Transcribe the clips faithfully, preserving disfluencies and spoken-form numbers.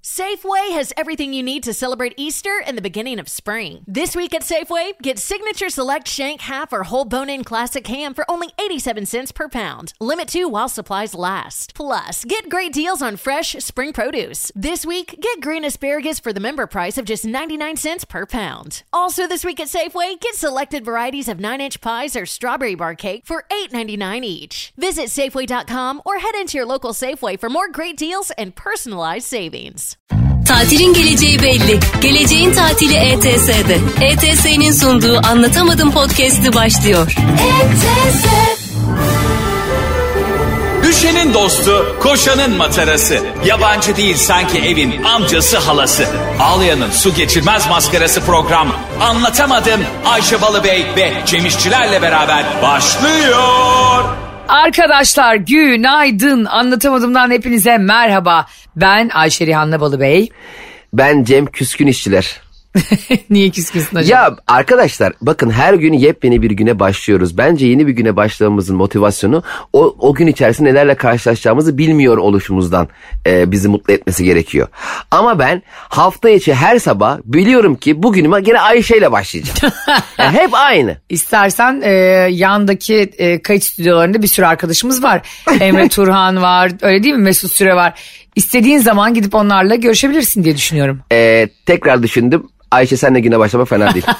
Safeway has everything you need to celebrate Easter and the beginning of spring. This week at Safeway, get Signature Select Shank Half or Whole Bone-In Classic Ham for only eighty-seven cents per pound. Limit two while supplies last. Plus, get great deals on fresh spring produce. This week, get green asparagus for the member price of just ninety-nine cents per pound. Also this week at Safeway, get selected varieties of nine-inch pies or strawberry bar cake for eight ninety-nine each. Visit Safeway dot com or head into your local Safeway for more great deals and personalized savings. Tatilin geleceği belli. Geleceğin tatili E T S'de. E T S'nin sunduğu Anlatamadım podcast'i başlıyor. E T S. Düşenin dostu, koşanın matarası. Yabancı değil sanki evin amcası halası. Ağlayanın su geçirmez maskarası program. Anlatamadım Ayşe Balıbey ve Cem İşçilerle beraber başlıyor. Arkadaşlar günaydın. Anlatamadımdan hepinize merhaba. Ben Ayşe Rihanna Balıbey. Ben Cem Küskün İşçiler. Niye küskünsün acaba? Ya arkadaşlar bakın, her gün yepyeni bir güne başlıyoruz. Bence yeni bir güne başlamamızın motivasyonu o, o gün içerisinde nelerle karşılaşacağımızı bilmiyor oluşumuzdan e, bizi mutlu etmesi gerekiyor. Ama ben hafta içi her sabah biliyorum ki bugünüme gene Ayşe ile başlayacağım. Yani hep aynı. İstersen e, yandaki e, kayıt stüdyolarında bir sürü arkadaşımız var. Emre Turhan var, öyle değil mi? Mesut Süre var. İstediğin zaman gidip onlarla görüşebilirsin diye düşünüyorum. E, tekrar düşündüm. Ayşe senle güne başlamak fena değil.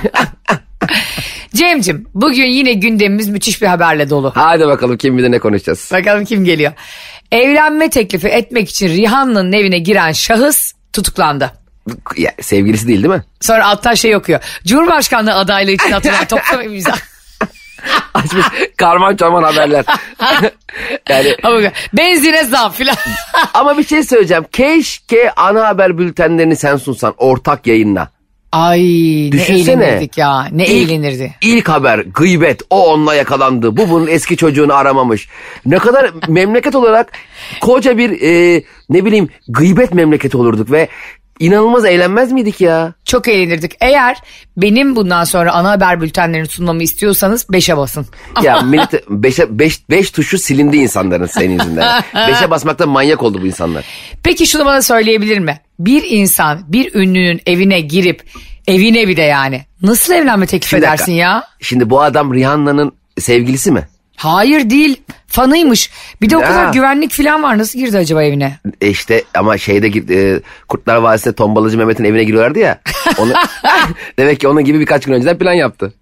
Cem'cim, bugün yine gündemimiz müthiş bir haberle dolu. Hadi bakalım kim bilir ne konuşacağız. Bakalım kim geliyor. Evlenme teklifi etmek için Rihanna'nın evine giren şahıs tutuklandı. Ya, sevgilisi değil değil mi? Sonra alttan şey okuyor. Cumhurbaşkanlığı adaylığı için atılan toplam imza. Açmış karman çorman haberler. Yani benzine zam filan. Ama bir şey söyleyeceğim. Keşke ana haber bültenlerini sen sunsan ortak yayınla. Ay düşünsene, ne eğlenirdik ya. Ne ilk, eğlenirdi. İlk haber gıybet. O onunla yakalandı. Bu bunun eski çocuğunu aramamış. Ne kadar memleket olarak koca bir e, ne bileyim gıybet memleketi olurduk ve İnanılmaz eğlenmez miydik ya? Çok eğlenirdik. Eğer benim bundan sonra ana haber bültenlerini sunmamı istiyorsanız beşe basın. Ya millet beşe, beş, beş tuşu silindi insanların senin yüzünden. Beşe basmakta manyak oldu bu insanlar. Peki şunu bana söyleyebilir mi? Bir insan bir ünlünün evine girip, evine bir de yani, nasıl evlenme teklif Şimdi edersin dakika. ya? Şimdi bu adam Rihanna'nın sevgilisi mi? Hayır değil. Fanıymış. Bir de o ya. kadar güvenlik falan var. Nasıl girdi acaba evine? E işte ama şeyde e, Kurtlar Vadisi'nde Tombalacı Mehmet'in evine giriyorlardı ya. Onu, demek ki onun gibi birkaç gün önceden plan yaptı.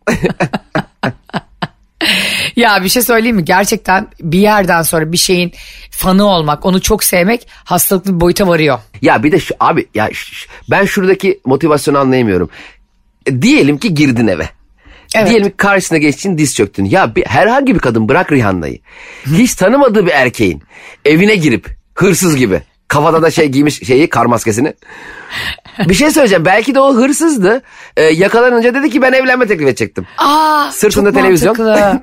Ya bir şey söyleyeyim mi? Gerçekten bir yerden sonra bir şeyin fanı olmak, onu çok sevmek hastalıklı bir boyuta varıyor. Ya bir de şu abi ya şu, ben şuradaki motivasyonu anlayamıyorum. E, diyelim ki girdin eve. Evet. Diyelim ki karşısına geçtin, diz çöktün. Ya bir, herhangi bir kadın, bırak Rihanna'yı, hiç tanımadığı bir erkeğin evine girip hırsız gibi kafada da şey giymiş, şeyi, kar maskesini. Bir şey söyleyeceğim, belki de o hırsızdı. Ee, yakalanınca dedi ki ben evlenme teklif edecektim. Aa, sırtında çok televizyon.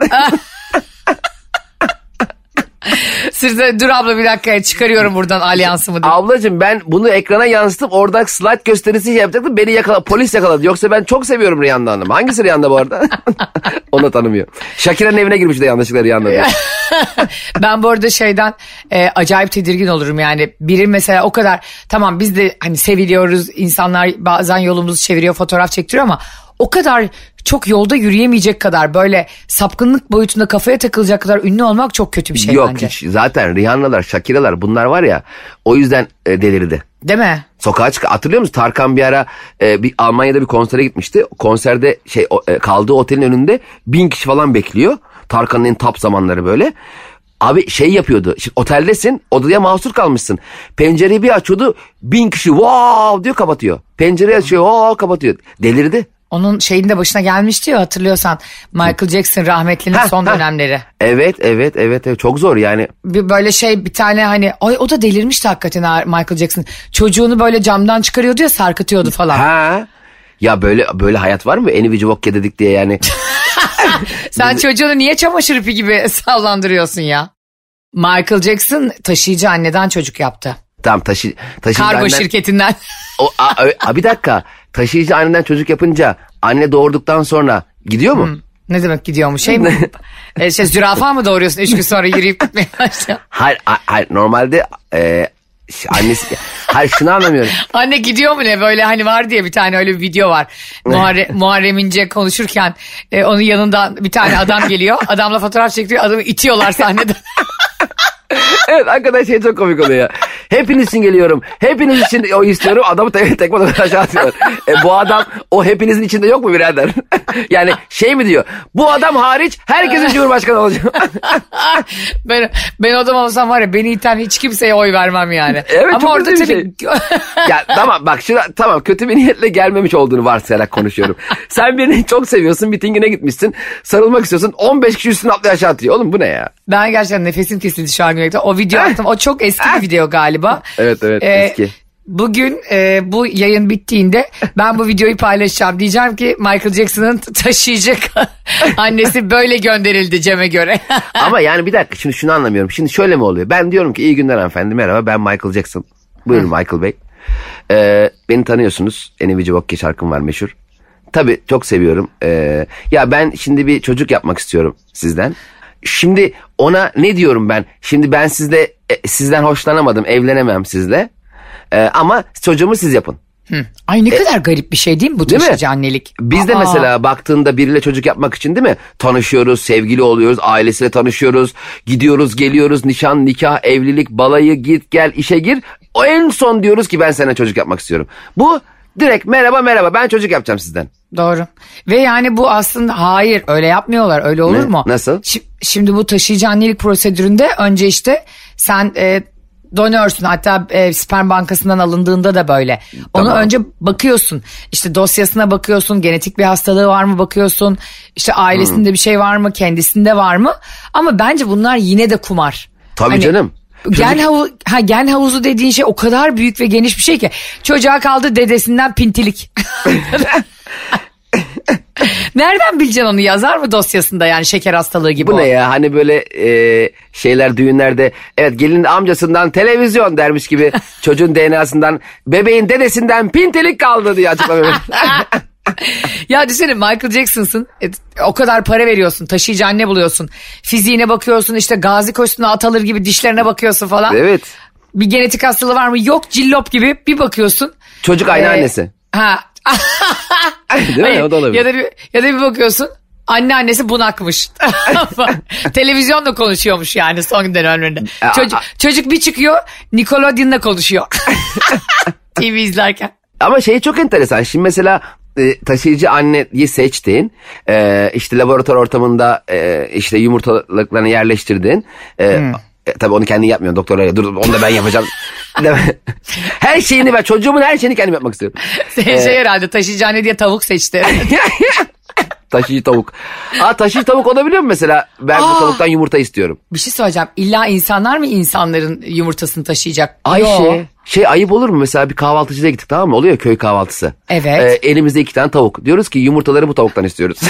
Sırtında, dur abla bir dakika, çıkarıyorum buradan alyansımı diye. Ablacığım ben bunu ekrana yansıtıp orada slide gösterisi yapacaktım. Beni yakala, polis yakaladı. Yoksa ben çok seviyorum Rihanna Hanım. Hangisi Rihanna bu arada? Onu tanımıyor. Shakira'nın evine girmiş de yanlışlıkla Rihanna diyor. Ben bu arada şeyden e, acayip tedirgin olurum yani. Biri mesela o kadar, tamam biz de hani seviliyoruz, insanlar bazen yolumuzu çeviriyor, fotoğraf çektiriyor ama o kadar çok yolda yürüyemeyecek kadar, böyle sapkınlık boyutunda kafaya takılacak kadar ünlü olmak çok kötü bir şey Yok, bence. Yok hiç, zaten Rihanna'lar, Shakira'lar bunlar var ya, o yüzden e, delirdi. Değil mi? Sokağa çık. Hatırlıyor musun? Tarkan bir ara e, bir Almanya'da bir konsere gitmişti. Konserde şey o, e, kaldığı otelin önünde bin kişi falan bekliyor. Tarkan'ın en top zamanları böyle. Abi şey yapıyordu. Şimdi oteldesin, odaya mahsur kalmışsın. Pencereyi bir açıyordu, bin kişi wow diyor, kapatıyor. Pencereyi açıyor, wow kapatıyor. Delirdi. Onun şeyinde başına gelmişti ya, hatırlıyorsan, Michael Jackson rahmetlinin ha, son ha. dönemleri. Evet evet evet evet, çok zor yani. Bir böyle şey, bir tane hani ay o da delirmişti hakikaten Michael Jackson. Çocuğunu böyle camdan çıkarıyordu ya, sarkıtıyordu falan. Ha. Ya böyle böyle hayat var mı? Eni Vicvokke dedik diye yani. Sen çocuğunu niye çamaşır ipi gibi sallandırıyorsun ya? Michael Jackson taşıyıcı anneden çocuk yaptı. Tamam, taşı, taşıyıcı Kargo anneden, şirketinden. O, a, a, bir dakika, taşıyıcı anneden çocuk yapınca anne doğurduktan sonra gidiyor mu? Hmm. Ne demek gidiyormuş, şey mi? e, şey, zürafa mı doğuruyorsun üç gün sonra yürüyüp gitmeye başlıyor? Hayır, hayır, normalde e, annesi... Hayır şunu anlamıyorum. Anne gidiyor mu ne böyle hani var diye bir tane öyle bir video var. Muharre, Muharrem İnce konuşurken e, onun yanından bir tane adam geliyor. Adamla fotoğraf çektiriyor, adamı itiyorlar sahnede. Evet hakikaten şey çok komik oluyor ya. Hepiniz için geliyorum. Hepiniz için o istiyorum. Adamı tek tek tekme aşağı atıyorlar. E, bu adam o hepinizin içinde yok mu birader? Yani şey mi diyor? Bu adam hariç herkesin cumhurbaşkanı olacak. ben ben o zaman olsam var ya beni iten hiç kimseye oy vermem yani. Evet, ama çok orada güzel tabii... bir şey. Ya tamam bak şuna, tamam kötü bir niyetle gelmemiş olduğunu varsayarak konuşuyorum. Sen birini çok seviyorsun, mitingine gitmişsin. Sarılmak istiyorsun. on beş kişi üstüne atlıyor aşağı atıyor. Oğlum bu ne ya? Ben gerçekten nefesim kesildi şu an gülmekten. O video attım. O çok eski bir video galiba. Evet evet ee, eski. Bugün e, bu yayın bittiğinde ben bu videoyu paylaşacağım. Diyeceğim ki Michael Jackson'ın taşıyıcı annesi böyle gönderildi Cem'e göre. Ama yani bir dakika şimdi şunu anlamıyorum. Şimdi şöyle mi oluyor? Ben diyorum ki iyi günler hanımefendi, merhaba ben Michael Jackson. Buyurun Michael Bey. Ee, beni tanıyorsunuz. Eni Vici Bokke şarkım var meşhur. Tabii çok seviyorum. Ee, ya ben şimdi bir çocuk yapmak istiyorum sizden. Şimdi ona ne diyorum ben? Şimdi ben sizle e, sizden hoşlanamadım, evlenemem sizle. Ee, ama çocuğumu siz yapın. Hı. Ay ne e, kadar garip bir şey değil mi bu taşıyıcı annelik? Biz de Aa. mesela baktığında biriyle çocuk yapmak için değil mi? Tanışıyoruz, sevgili oluyoruz, ailesiyle tanışıyoruz, gidiyoruz, geliyoruz, nişan, nikah, evlilik, balayı, git gel, işe gir. O en son diyoruz ki ben seninle çocuk yapmak istiyorum. Bu direkt merhaba merhaba ben çocuk yapacağım sizden. Doğru. Ve yani bu aslında hayır öyle yapmıyorlar. Öyle olur ne? mu? Nasıl? Ş- şimdi bu taşıyıcı annelik prosedüründe önce işte sen e, donörsün. Hatta e, sperm bankasından alındığında da böyle. Onu tamam. önce bakıyorsun. İşte dosyasına bakıyorsun. Genetik bir hastalığı var mı bakıyorsun. İşte ailesinde hmm. bir şey var mı? Kendisinde var mı? Ama bence bunlar yine de kumar. Tabii hani, canım. Gen, havu, ha, gen havuzu dediğin şey o kadar büyük ve geniş bir şey ki. Çocuğa kaldı dedesinden pintilik. Nereden bileceksin onu, yazar mı dosyasında yani şeker hastalığı gibi? Bu o. ne ya hani böyle e, şeyler düğünlerde evet gelinin amcasından televizyon dermiş gibi çocuğun D N A'sından bebeğin dedesinden pintilik kaldı diye açıklamıyor. Ya düşünsene Michael Jackson'sın, e, o kadar para veriyorsun, taşıyıcı anne buluyorsun, fiziğine bakıyorsun, işte gazi koşusuna at alır gibi dişlerine bakıyorsun falan. Evet. Bir genetik hastalığı var mı? Yok, cillop gibi bir bakıyorsun. Çocuk aynı ee, annesi. Ha. Değil mi? Hayır, o da olabilir. Ya da bir, ya da bir bakıyorsun anne annesi bunakmış. Televizyonla konuşuyormuş yani son dönemlerinde. Çocuk, çocuk bir çıkıyor Nickelodeon'la konuşuyor. T V izlerken. Ama şey çok enteresan. Şimdi mesela e, taşıyıcı anneyi seçtin. E, işte laboratuvar ortamında e, işte yumurtalıklarını yerleştirdin. E, hmm. e, tabii onu kendin yapmıyorsun. Doktorlara dur onu da ben yapacağım. Her şeyini ben çocuğumun her şeyini kendim yapmak istiyorum. Şey ee, herhalde taşıyıcı anne diye tavuk seçti. Taşıyıcı tavuk. Aa taşıyıcı tavuk olabiliyor mu mesela? Ben Aa, bu tavuktan yumurta istiyorum. Bir şey söyleyeceğim. İlla insanlar mı insanların yumurtasını taşıyacak? Ayşe. Yo. Şey ayıp olur mu? Mesela bir kahvaltıcıya gittik, tamam mı? Oluyor ya köy kahvaltısı. Evet. Ee, elimizde iki tane tavuk. Diyoruz ki yumurtaları bu tavuktan istiyoruz.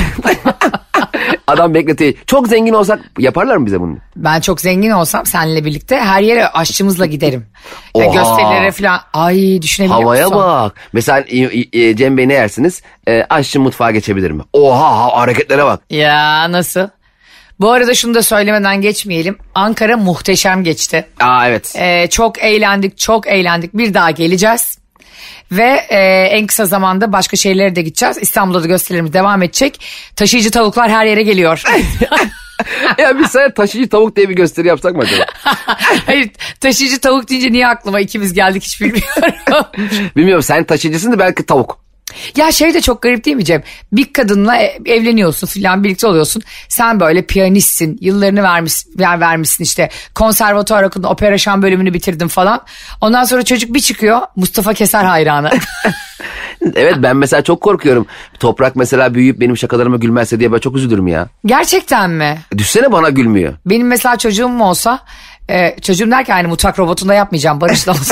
Adam bekletiyor. Çok zengin olsak yaparlar mı bize bunu? Ben çok zengin olsam seninle birlikte her yere aşçımızla giderim. Ya gösterilere falan. Ay düşünebiliyor Havaya musun? bak. Mesela e, Cem Bey ne yersiniz? E, aşçı mutfağa geçebilir mi? Oha hareketlere bak. Ya nasıl? Bu arada şunu da söylemeden geçmeyelim. Ankara muhteşem geçti. Aa evet. Ee, çok eğlendik, çok eğlendik. Bir daha geleceğiz. Ve e, en kısa zamanda başka şehirlere de gideceğiz. İstanbul'da da gösterilerimiz devam edecek. Taşıyıcı tavuklar her yere geliyor. Ya biz sana taşıyıcı tavuk diye bir gösteri yapsak mı acaba? Hayır, taşıyıcı tavuk deyince niye aklıma ikimiz geldik hiç bilmiyorum. Bilmiyorum, sen taşıyıcısın da belki tavuk. Ya şey de çok garip değil mi Cem? Bir kadınla evleniyorsun filan, birlikte oluyorsun. Sen böyle piyanistsin, yıllarını vermiş, vermişsin işte. Konservatuvar okudun, opera şan bölümünü bitirdin falan. Ondan sonra çocuk bir çıkıyor, Mustafa Keser hayranı. Evet, ben mesela çok korkuyorum. Toprak mesela büyüyüp benim şakalarıma gülmezse diye ben çok üzülürüm ya. Gerçekten mi? Düşsene bana gülmüyor. Benim mesela çocuğum mu olsa, e, çocuğum derken hani mutfak robotunda yapmayacağım, Barış'la olsa.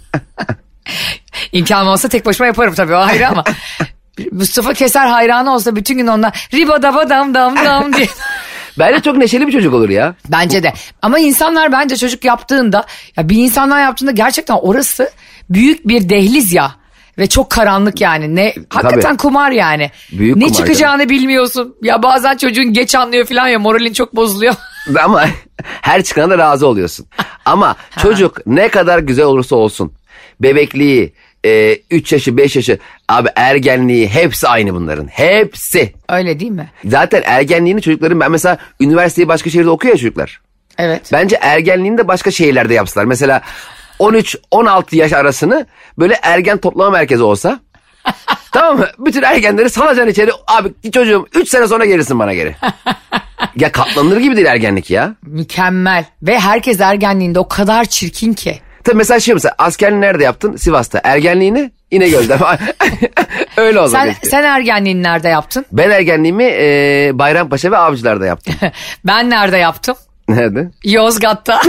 İmkanım olsa tek başıma yaparım tabii, o ayrı ama. Mustafa Keser hayranı olsa bütün gün onunla riba dava dam dam dam diye. Bence çok neşeli bir çocuk olur ya. Bence de. Ama insanlar bence çocuk yaptığında, ya bir insanlar yaptığında gerçekten orası büyük bir dehliz ya. Ve çok karanlık yani. Ne hakikaten tabii. Kumar yani. Büyük ne kumar çıkacağını canım. Bilmiyorsun. Ya bazen çocuğun geç anlıyor falan ya, moralin çok bozuluyor. Ama her çıkana da razı oluyorsun. Ama çocuk ne kadar güzel olursa olsun. Bebekliği, üç yaşı, beş yaşı, abi ergenliği hepsi aynı bunların. Hepsi. Öyle değil mi? Zaten ergenliğini çocukların, ben mesela üniversiteyi başka şehirde okuyor ya çocuklar. Evet. Bence ergenliğini de başka şehirlerde yapsalar. Mesela on üç on altı yaş arasını böyle ergen toplama merkezi olsa. Tamam mı? Bütün ergenleri salacaksın içeri. Abi çocuğum üç sene sonra gelirsin bana geri. Ya katlanılır gibi değil ergenlik ya. Mükemmel. Ve herkes ergenliğinde o kadar çirkin ki. Tabii mesela şey mesela askerliğini nerede yaptın? Sivas'ta. Ergenliğini İnegöl'de. Öyle oldu. Sen, sen ergenliğini nerede yaptın? Ben ergenliğimi e, Bayrampaşa ve Avcılar'da yaptım. Ben nerede yaptım? Nerede? Yozgat'ta.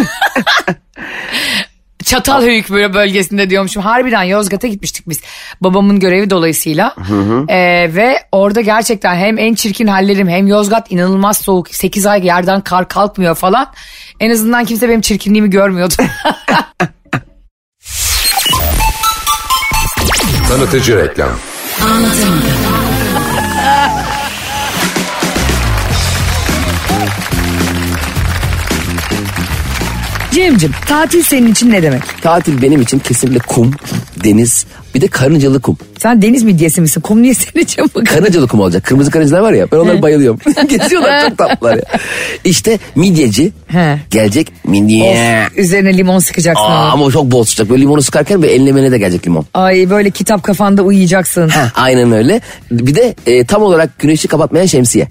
Çatalhöyük bölgesinde diyormuşum. Harbiden Yozgat'a gitmiştik biz. Babamın görevi dolayısıyla. Hı hı. Ee, ve orada gerçekten hem en çirkin hallerim hem Yozgat inanılmaz soğuk. sekiz ay yerden kar kalkmıyor falan. En azından kimse benim çirkinliğimi görmüyordu. Tanıtıcı reklam. Anlatamadım. Cem'cim, tatil senin için ne demek? Tatil benim için kesinlikle kum, deniz, bir de karıncalı kum. Sen deniz midyesi misin? Kum niye senin için bu? Karıncalı kum olacak. Kırmızı karıncalar var ya, ben onlara bayılıyorum. Geziyorlar, çok tatlılar ya. İşte midyeci He. gelecek midye. Of, üzerine limon sıkacaksın. Aa, ama çok bol sıcak. Böyle limonu sıkarken böyle enlemene de gelecek limon. Ay böyle kitap kafanda uyuyacaksın. Heh, aynen öyle. Bir de e, tam olarak güneşi kapatmayan şemsiye.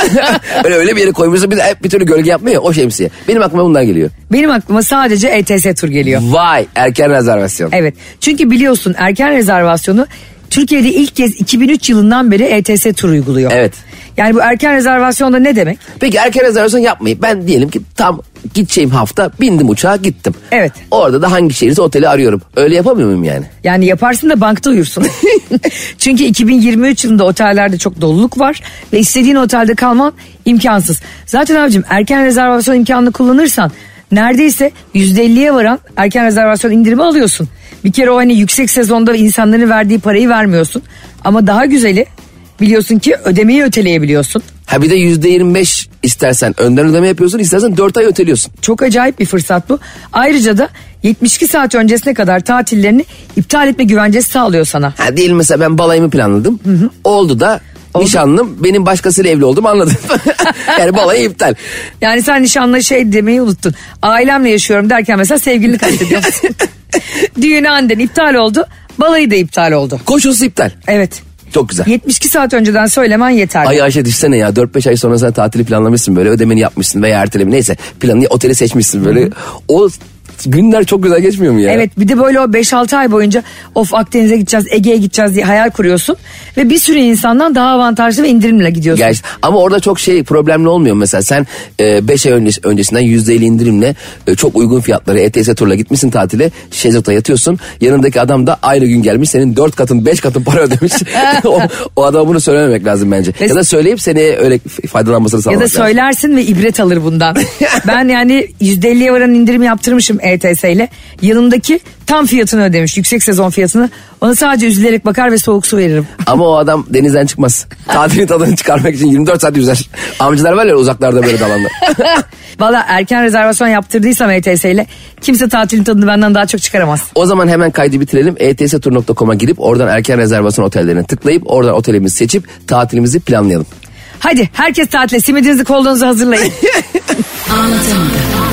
öyle öyle bir yere koymuşsun, bir de hep bir türlü gölge yapmıyor ya, o şemsiye. Benim aklıma bunlar geliyor. Benim aklıma sadece E T S tur geliyor. Vay, erken rezervasyon. Evet, çünkü biliyorsun erken rezervasyonu Türkiye'de ilk kez iki bin üç yılından beri E T S tur uyguluyor. Evet. Yani bu erken rezervasyonda ne demek? Peki erken rezervasyon yapmayıp ben diyelim ki tam gideceğim hafta bindim uçağa gittim. Evet. Orada da hangi şehirse oteli arıyorum. Öyle yapamıyor muyum yani? Yani yaparsın da bankta uyursun. Çünkü iki bin yirmi üç yılında otellerde çok doluluk var ve istediğin otelde kalman imkansız. Zaten abicim erken rezervasyon imkanını kullanırsan neredeyse yüzde elliye varan erken rezervasyon indirimi alıyorsun. Bir kere o hani yüksek sezonda insanların verdiği parayı vermiyorsun. Ama daha güzeli biliyorsun ki ödemeyi öteleyebiliyorsun. Ha bir de yüzde yirmi beş istersen önden ödeme yapıyorsun, istersen dört ay öteliyorsun. Çok acayip bir fırsat bu. Ayrıca da yetmiş iki saat öncesine kadar tatillerini iptal etme güvencesi sağlıyor sana. Ha diyelim mesela ben balayımı planladım. Hı hı. Oldu da Oldu. Nişanlım benim başkasıyla evli oldum, anladın. Yani balayı iptal. Yani sen nişanlı şey demeyi unuttun. Ailemle yaşıyorum derken mesela sevgilini kastediyorsun. Düğünü anden iptal oldu. Balayı da iptal oldu. Koşulsuz iptal. Evet. Çok güzel. yetmiş iki saat önceden söylemen yeterli. Ay Ayşe düşsene ya, dört beş ay sonra sen tatili planlamışsın, böyle ödemeni yapmışsın veya ertelemi neyse planını, oteli seçmişsin böyle. Hı-hı. O günler çok güzel geçmiyor mu ya? Evet, bir de böyle o beş altı ay boyunca of Akdeniz'e gideceğiz, Ege'ye gideceğiz diye hayal kuruyorsun. Ve bir sürü insandan daha avantajlı ve indirimle gidiyorsun. Gerçi, ama orada çok şey problemli olmuyor mesela. Sen beş e, ay önce, öncesinden yüzde elli indirimle e, çok uygun fiyatları E T S turla gitmişsin tatile. Şezlong'da yatıyorsun. Yanındaki adam da aynı gün gelmiş, senin dört katın beş katın para ödemiş. o, o adama bunu söylememek lazım bence. Ve ya da söyleyip seni öyle faydalanmasını sağlamak lazım. Ya da söylersin lazım. Ve ibret alır bundan. Ben yani yüzde elliye varan indirim yaptırmışım E T S ile. Yanımdaki tam fiyatını ödemiş, yüksek sezon fiyatını. Ona sadece üzülerek bakar ve soğuk su veririm. Ama o adam denizden çıkmaz. Tatilin tadını çıkarmak için yirmi dört saat yüzer. Amcalar var ya uzaklarda böyle dalanlar. Valla erken rezervasyon yaptırdıysam E T S ile kimse tatilin tadını benden daha çok çıkaramaz. O zaman hemen kaydı bitirelim. e t s tur nokta com'a girip oradan erken rezervasyon otellerine tıklayıp oradan otelimizi seçip tatilimizi planlayalım. Hadi herkes tatile, simidinizi kolunuzu hazırlayın. Anlatamadım.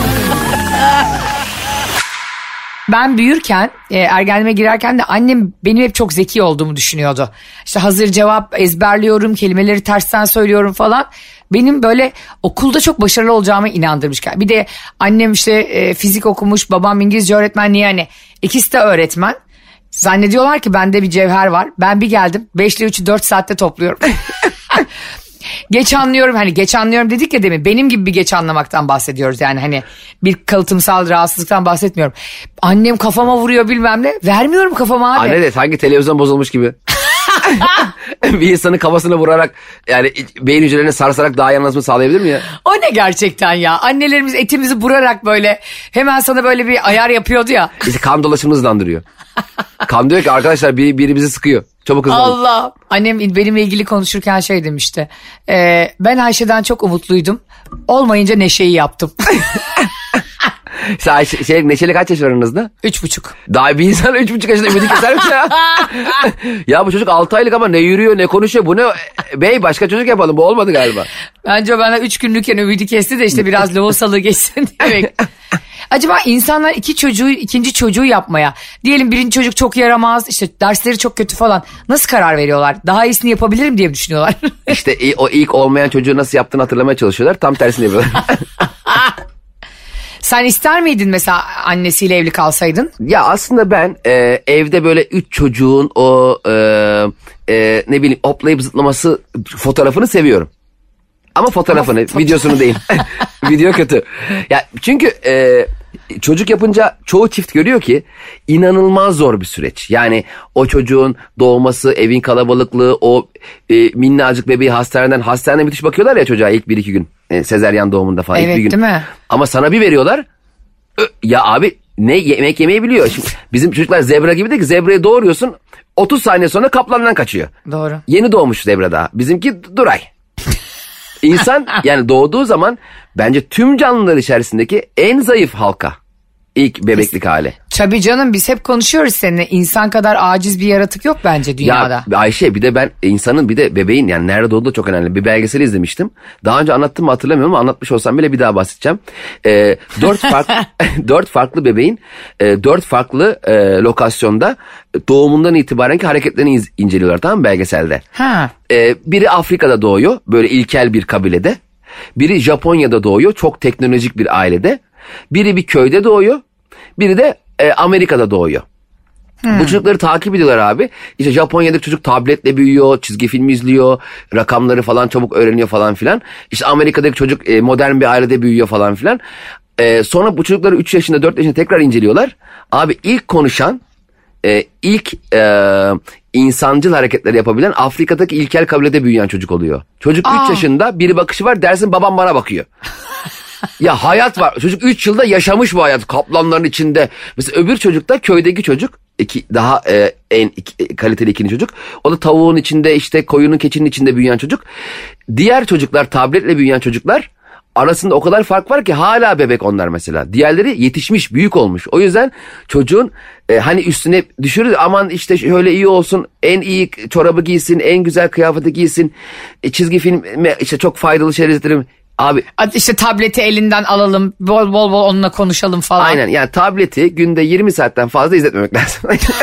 Ben büyürken, e, ergenliğime girerken de annem benim hep çok zeki olduğumu düşünüyordu. İşte hazır cevap ezberliyorum, kelimeleri tersten söylüyorum falan. Benim böyle okulda çok başarılı olacağıma inandırmış. Bir de annem işte e, fizik okumuş, babam İngilizce öğretmenliği, yani ikisi de öğretmen. Zannediyorlar ki bende bir cevher var. Ben bir geldim beş ile üçü dört saatte topluyorum. Geç anlıyorum, hani geç anlıyorum dedik ya demin, benim gibi bir geç anlamaktan bahsediyoruz yani, hani bir kalıtımsal rahatsızlıktan bahsetmiyorum. Annem kafama vuruyor bilmem ne, vermiyorum kafama abi. Anne de sanki televizyon bozulmuş gibi. Bir insanın kafasına vurarak yani beyin hücrelerini sarsarak daha iyi anlamasını sağlayabilir mi ya? O ne gerçekten ya, annelerimiz etimizi burarak böyle hemen sana böyle bir ayar yapıyordu ya. İşte kan dolaşımını hızlandırıyor. Kan diyor ki arkadaşlar biri, biri bizi sıkıyor. Çabuk hızlan. Allah. Annem benimle ilgili konuşurken şey demişti. E, ben Ayşe'den çok umutluydum. Olmayınca Neşe'yi yaptım. Sen Ayşe, şey, Neşeli kaç yaş var aranızda? Üç buçuk. Daha bir insan üç buçuk yaşında ümidi keser mi ya? Ya bu çocuk altı aylık ama ne yürüyor ne konuşuyor. Bu ne? Bey başka çocuk yapalım, bu olmadı galiba. Bence o bana üç günlükken ümidi kesti de işte biraz lohusalığı geçsin demek. Acaba insanlar iki çocuğu, ikinci çocuğu yapmaya, diyelim birinci çocuk çok yaramaz, işte dersleri çok kötü falan, nasıl karar veriyorlar? Daha iyisini yapabilirim diye mi düşünüyorlar? İşte o ilk olmayan çocuğu nasıl yaptığını hatırlamaya çalışıyorlar. Tam tersini yapıyorlar. Sen ister miydin mesela annesiyle evli kalsaydın? Ya aslında ben e, evde böyle üç çocuğun o e, e, ne bileyim hoplayıp zıplaması fotoğrafını seviyorum. Ama fotoğrafını, Ama videosunu değil. Video kötü. Ya çünkü e, çocuk yapınca çoğu çift görüyor ki inanılmaz zor bir süreç. Yani o çocuğun doğması, evin kalabalıklığı, o e, minnacık bebeği hastaneden, hastanede müthiş bakıyorlar ya çocuğa ilk bir iki gün. E, sezeryan doğumunda falan evet, ilk bir gün. Değil mi? Ama sana bir veriyorlar. Ya abi ne yemek yemeyi biliyor. Şimdi bizim çocuklar zebra gibi değil ki, zebrayı doğuruyorsun otuz saniye sonra kaplandan kaçıyor. Doğru. Yeni doğmuş zebra daha. Bizimki Duray. İnsan yani doğduğu zaman bence tüm canlılar içerisindeki en zayıf halka. İlk bebeklik hali. Tabii canım, biz hep konuşuyoruz seninle. İnsan kadar aciz bir yaratık yok bence dünyada. Ya Ayşe, bir de ben insanın bir de bebeğin yani nerede doğduğu da çok önemli. Bir belgeseli izlemiştim. Daha önce anlattım mı hatırlamıyorum ama anlatmış olsam bile bir daha bahsedeceğim. Ee, dört farklı dört farklı bebeğin e, dört farklı e, lokasyonda doğumundan itibaren ki hareketlerini iz, inceliyorlar, tamam mı, belgeselde. Ha. Ee, biri Afrika'da doğuyor, böyle ilkel bir kabilede. Biri Japonya'da doğuyor, çok teknolojik bir ailede. Biri bir köyde doğuyor. Biri de e, Amerika'da doğuyor. Hmm. Bu çocukları takip ediyorlar abi. İşte Japonya'daki çocuk tabletle büyüyor, çizgi film izliyor, rakamları falan çabuk öğreniyor falan filan. İşte Amerika'daki çocuk e, modern bir ailede büyüyor falan filan. E, sonra bu çocukları üç yaşında dört yaşında tekrar inceliyorlar. Abi ilk konuşan, e, ilk e, insancıl hareketleri yapabilen Afrika'daki ilkel kabilede büyüyen çocuk oluyor. Çocuk üç yaşında, biri bakışı var, dersin babam bana bakıyor. Ya hayat var. Çocuk üç yılda yaşamış bu hayat. Kaplanların içinde. Mesela öbür çocuk da köydeki çocuk. İki, daha e, en iki, kaliteli ikinci çocuk. O da tavuğun içinde, işte koyunun, keçinin içinde büyüyen çocuk. Diğer çocuklar, tabletle büyüyen çocuklar, arasında o kadar fark var ki hala bebek onlar mesela. Diğerleri yetişmiş, büyük olmuş. O yüzden çocuğun e, hani üstüne düşürür, aman işte şöyle iyi olsun, en iyi çorabı giysin, en güzel kıyafeti giysin, e, çizgi film işte çok faydalı şeyler izletelim. Abi işte tableti elinden alalım, bol bol bol onunla konuşalım falan. Aynen, yani tableti günde yirmi saatten fazla izletmemek lazım.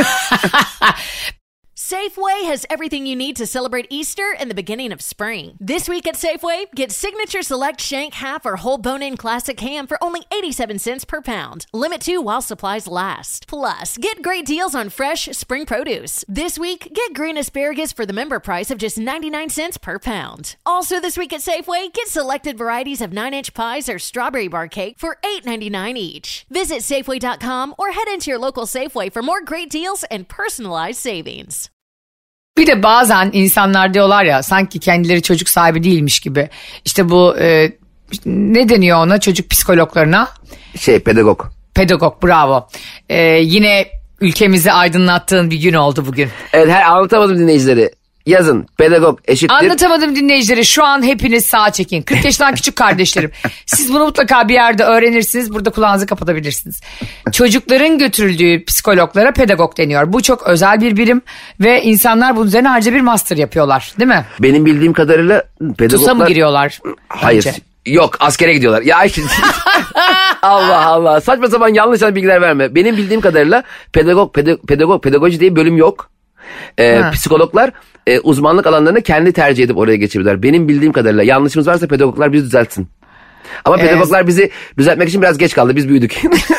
Safeway has everything you need to celebrate Easter and the beginning of spring. This week at Safeway, get Signature Select Shank Half or Whole Bone-In Classic Ham for only eighty-seven cents per pound. Limit two while supplies last. Plus, get great deals on fresh spring produce. This week, get green asparagus for the member price of just ninety-nine cents per pound. Also this week at Safeway, get selected varieties of nine inch pies or strawberry bar cake for eight ninety-nine each. Visit Safeway dot com or head into your local Safeway for more great deals and personalized savings. Bir de bazen insanlar diyorlar ya, sanki kendileri çocuk sahibi değilmiş gibi. İşte bu e, ne deniyor ona, çocuk psikologlarına? Şey pedagog. Pedagog, bravo. E, yine ülkemizi aydınlattığın bir gün oldu bugün. Evet, her anlatamadım dinleyicileri. Yazın pedagog eşittir. Anlatamadım dinleyicileri, şu an hepiniz sağa çekin. kırk yaşından küçük kardeşlerim. Siz bunu mutlaka bir yerde öğrenirsiniz. Burada kulağınızı kapatabilirsiniz. Çocukların götürüldüğü psikologlara pedagog deniyor. Bu çok özel bir birim ve insanlar bunun üzerine harca bir master yapıyorlar, değil mi? Benim bildiğim kadarıyla pedagoglar... T U S'a mı giriyorlar? Hayır. Önce? Yok, askere gidiyorlar. Ya Allah Allah, saçma sapan yanlış bilgiler verme. Benim bildiğim kadarıyla pedagog, pedagog, pedagog pedagoji diye bir bölüm yok. Ee, psikologlar e, uzmanlık alanlarını kendi tercih edip oraya geçebilirler. Benim bildiğim kadarıyla, yanlışımız varsa pedagoglar bizi düzeltsin. Ama evet, pedagoglar bizi düzeltmek için biraz geç kaldı. Biz büyüdük.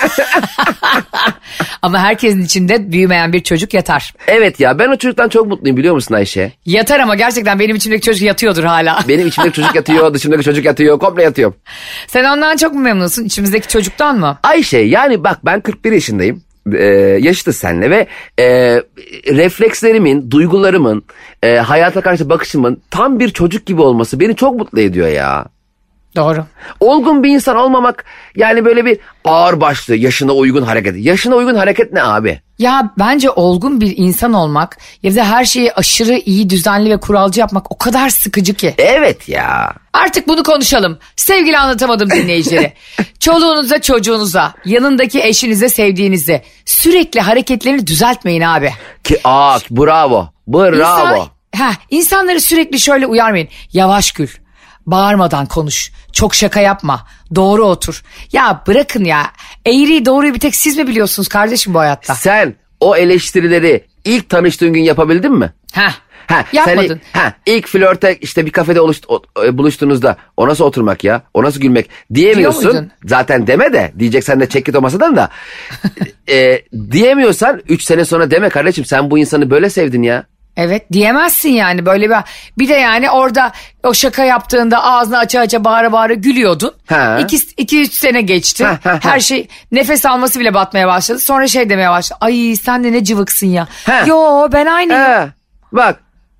Ama herkesin içinde büyümeyen bir çocuk yatar. Evet ya, ben o çocuktan çok mutluyum, biliyor musun Ayşe? Yatar ama gerçekten benim içimdeki çocuk yatıyordur hala. Benim içimdeki çocuk yatıyor, dışımdaki çocuk yatıyor, komple yatıyorum. Sen ondan çok mu memnunsun, içimizdeki çocuktan mı? Ayşe, yani bak, ben kırk bir yaşındayım. Ee, yaşıtız seninle ve e, reflekslerimin, duygularımın, e, hayata karşı bakışımın tam bir çocuk gibi olması beni çok mutlu ediyor ya. Doğru. Olgun bir insan olmamak yani böyle bir ağır başlı, yaşına uygun hareket. Yaşına uygun hareket ne abi? Ya bence olgun bir insan olmak ya da her şeyi aşırı iyi, düzenli ve kuralcı yapmak o kadar sıkıcı ki. Evet ya. Artık bunu konuşalım. Sevgili Anlatamadım dinleyicileri. Çoluğunuza, çocuğunuza, yanındaki eşinize, sevdiğinize sürekli hareketlerini düzeltmeyin abi. Ki aa bravo. Bravo. İnsan, heh, insanları sürekli şöyle uyarmayın. Yavaş gül. Bağırmadan konuş. Çok şaka yapma. Doğru otur. Ya bırakın ya. Eğriyi doğruyu bir tek siz mi biliyorsunuz kardeşim bu hayatta? Sen o eleştirileri ilk tanıştığın gün yapabildin mi? Heh. Ha, Yapmadın. Sen, ha, ilk flörte işte bir kafede oluşt, o, buluştuğunuzda o nasıl oturmak ya? O nasıl gülmek? Diyemiyorsun. Zaten deme de. Diyeceksen de çek git o masadan da. e, diyemiyorsan üç sene sonra deme kardeşim sen bu insanı böyle sevdin ya. Evet diyemezsin yani böyle bir bir de yani orada o şaka yaptığında ağzını aça aça bağıra bağıra gülüyordun. Ha. İki, iki üç sene geçti. Ha, ha, ha. Her şey nefes alması bile batmaya başladı. Sonra şey demeye başladı. Ay sen de ne cıvıksın ya. Ha. Yo ben aynıyım. Ha. Bak.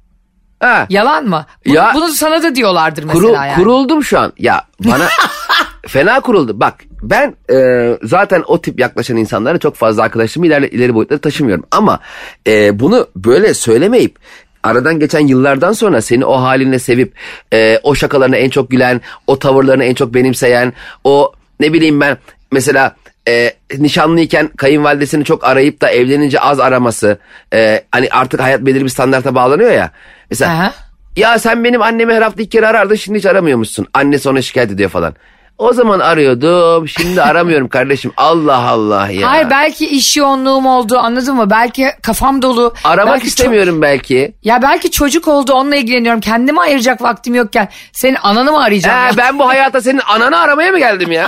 Ha. Yalan mı? Bunu, Ya, bunu sana da diyorlardır mesela Kurul, yani. Kuruldum şu an. Ya bana fena kuruldu. Bak ben e, zaten o tip yaklaşan insanlara çok fazla arkadaşlığımı ileri, ileri boyutlara taşımıyorum. Ama e, bunu böyle söylemeyip aradan geçen yıllardan sonra seni o haline sevip e, o şakalarına en çok gülen, o tavırlarını en çok benimseyen, o ne bileyim ben mesela e, nişanlıyken kayınvalidesini çok arayıp da evlenince az araması, e, hani artık hayat belirli bir standarta bağlanıyor ya. Mesela Aha. ya sen benim annemi her hafta iki kere arardın şimdi hiç aramıyormuşsun. Annesi ona şikayet ediyor falan. O zaman arıyordum şimdi aramıyorum kardeşim. Allah Allah ya. Hayır belki iş yoğunluğum oldu anladın mı? Belki kafam dolu. Aramak belki istemiyorum belki. Çok... Ya belki çocuk oldu onunla ilgileniyorum. Kendime ayıracak vaktim yokken senin ananı mı arayacağım? Ee, ya? ben bu hayata senin ananı aramaya mı geldim ya?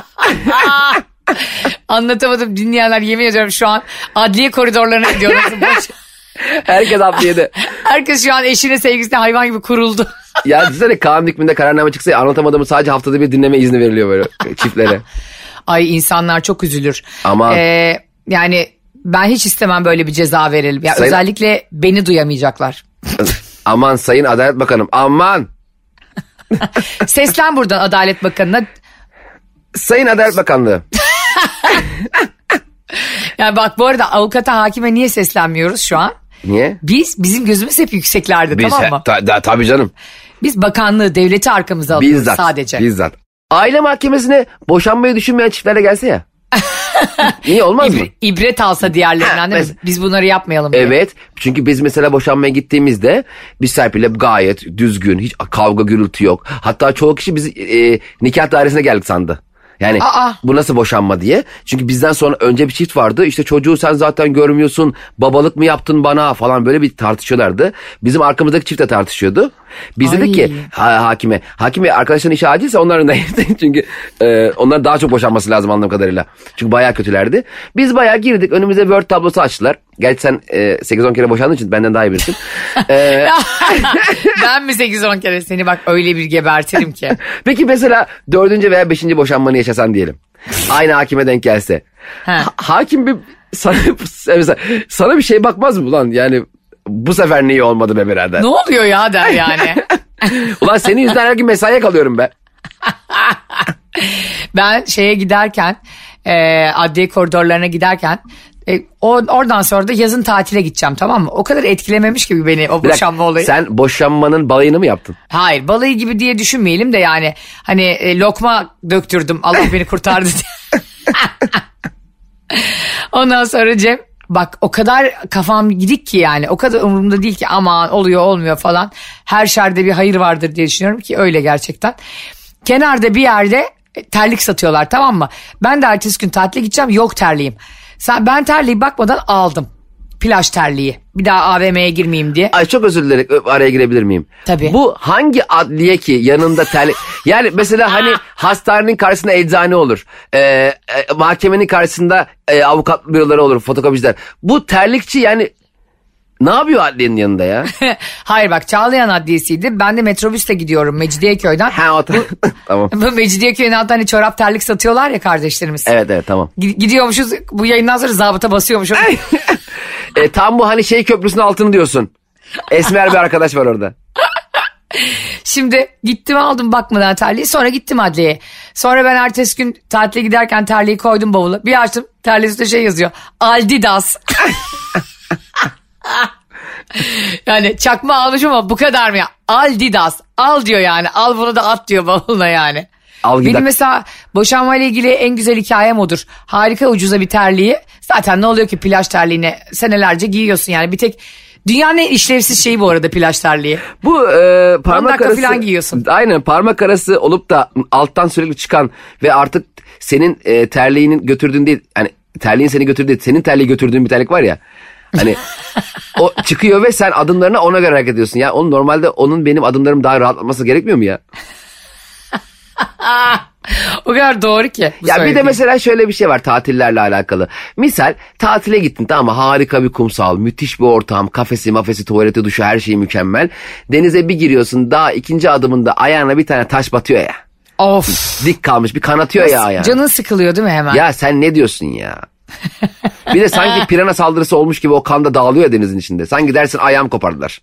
Anlatamadım dinleyenler yemin ediyorum şu an adliye koridorlarına gidiyoruz. Herkes adliyede. Herkes şu an eşine sevgisine hayvan gibi kuruldu. Ya düşünsene kanun hükmünde kararname çıksa ya, anlatamadığımı sadece haftada bir dinleme izni veriliyor böyle çiftlere. Ay insanlar çok üzülür. Aman. Ee, yani ben hiç istemem böyle bir ceza verelim. Ya Sayın... Özellikle beni duyamayacaklar. Aman Sayın Adalet Bakanım aman. Seslen buradan Adalet Bakanı'na. Sayın Adalet Bakanlığı. Yani bak bu arada avukata hakime niye seslenmiyoruz şu an? Niye? Biz bizim gözümüz hep yükseklerde Biz, tamam mı? Ta, ta, tabii canım. Biz bakanlığı devleti arkamıza alıyoruz Bizzat, sadece. Bizzat. Aile mahkemesine boşanmayı düşünmeyen çiftlerle gelse ya. Niye olmaz İbre, mı? İbret alsa diğerlerinden değil mi? Biz bunları yapmayalım diye. Evet. Çünkü biz mesela boşanmaya gittiğimizde biz Serpil'le gayet düzgün, hiç kavga gürültü yok. Hatta çoğu kişi bizi e, nikah dairesine geldik sandı. Yani Aa. bu nasıl boşanma diye. Çünkü bizden sonra önce bir çift vardı. İşte çocuğu sen zaten görmüyorsun. Babalık mı yaptın bana falan böyle bir tartışıyorlardı. Bizim arkamızdaki çift de tartışıyordu. Biz Ay. dedik ki ha, hakime. Hakime arkadaşların işi acilse onların da çünkü e, onların daha çok boşanması lazım anladığım kadarıyla. Çünkü bayağı kötülerdi. Biz bayağı girdik. Önümüze Word tablosu açtılar. Gerçi sen e, sekiz on kere boşandığın için benden daha iyi birisin. e, Ben mi sekiz on kere seni bak öyle bir gebertirim ki. Peki mesela dördüncü veya beşinci boşanmanı yaşasan diyelim. Aynı hakime denk gelse. Ha, hakim bir sana, mesela, sana bir şey bakmaz mı ulan? Yani bu sefer niye olmadı be birader? Ne oluyor ya der yani. Ulan senin yüzünden her gün mesaiye kalıyorum be. Ben şeye giderken e, adliye koridorlarına giderken e, o, oradan sonra da yazın tatile gideceğim tamam mı? O kadar etkilememiş gibi beni o boşanma olayı. Sen boşanmanın balayını mı yaptın? Hayır balayı gibi diye düşünmeyelim de yani hani e, lokma döktürdüm Allah beni kurtardı diye. Ondan sonra Cem bak o kadar kafam gidik ki yani o kadar umurumda değil ki aman oluyor olmuyor falan. Her şerde bir hayır vardır diye düşünüyorum ki öyle gerçekten. Kenarda bir yerde terlik satıyorlar tamam mı? Ben de ertesi gün tatile gideceğim yok terliğim. Sen, ben terliği bakmadan aldım. Plaj terliği. Bir daha A V M'ye girmeyeyim diye. Ay çok özür dilerim araya girebilir miyim? Tabii. Bu hangi adliye ki yanında terlik? Yani mesela hani hastanenin karşısında eczane olur. Ee, e, mahkemenin karşısında e, avukat büroları olur, fotokopiciler. Bu terlikçi yani ne yapıyor adliyenin yanında ya? Hayır bak Çağlayan Adliyesi'ydi. Ben de metrobüsle gidiyorum Mecidiyeköy'den. Ha o tamam. Bu Mecidiyeköy'ün altında hani çorap terlik satıyorlar ya kardeşlerimiz. Evet evet tamam. Gidiyormuşuz bu yayından sonra zabıta basıyormuşuz. e, tam bu hani şey köprüsünün altını diyorsun. Esmer bir arkadaş var orada. Şimdi gittim aldım bakmadan terliği, sonra gittim adliyeye. Sonra ben ertesi gün tatile giderken terliği koydum bavula. Bir açtım, terliğin üstünde şey yazıyor. Adidas. Yani çakma almış ama bu kadar mı ya? Adidas. Al diyor yani. Al bunu da at diyor bavuluna yani. Al Benim mesela boşanmayla ilgili en güzel hikayem odur. Harika ucuza bir terliği. Zaten ne oluyor ki plaj terliğini senelerce giyiyorsun yani. Bir tek dünyanın en işlevsiz şeyi bu arada plaj terliği. Bu e, parmak arası falan giyiyorsun. Aynen, parmak arası olup da alttan sürekli çıkan ve artık senin e, terliğinin götürdüğün değil, hani terliğin seni götürdüğü değil, senin terliği götürdüğün bir terlik var ya. Hani o çıkıyor ve sen adımlarına ona göre hareket ediyorsun. Ya onun normalde onun benim adımlarım daha rahatlaması gerekmiyor mu ya? O kadar doğru ki. Ya bir de mesela şöyle bir şey var tatillerle alakalı. Misal tatile gittin, tamam mı? Harika bir kumsal, müthiş bir ortam, kafesi, mafesi, tuvaleti, duşu, her şey mükemmel. Denize bir giriyorsun, daha ikinci adımında ayağına bir tane taş batıyor ya. Of. Dik kalmış, bir kanatıyor ya ayağına. Canın sıkılıyor değil mi hemen? Ya sen ne diyorsun ya? Bir de sanki pirana saldırısı olmuş gibi o kan da dağılıyor denizin içinde. Sanki dersin ayağım kopardılar.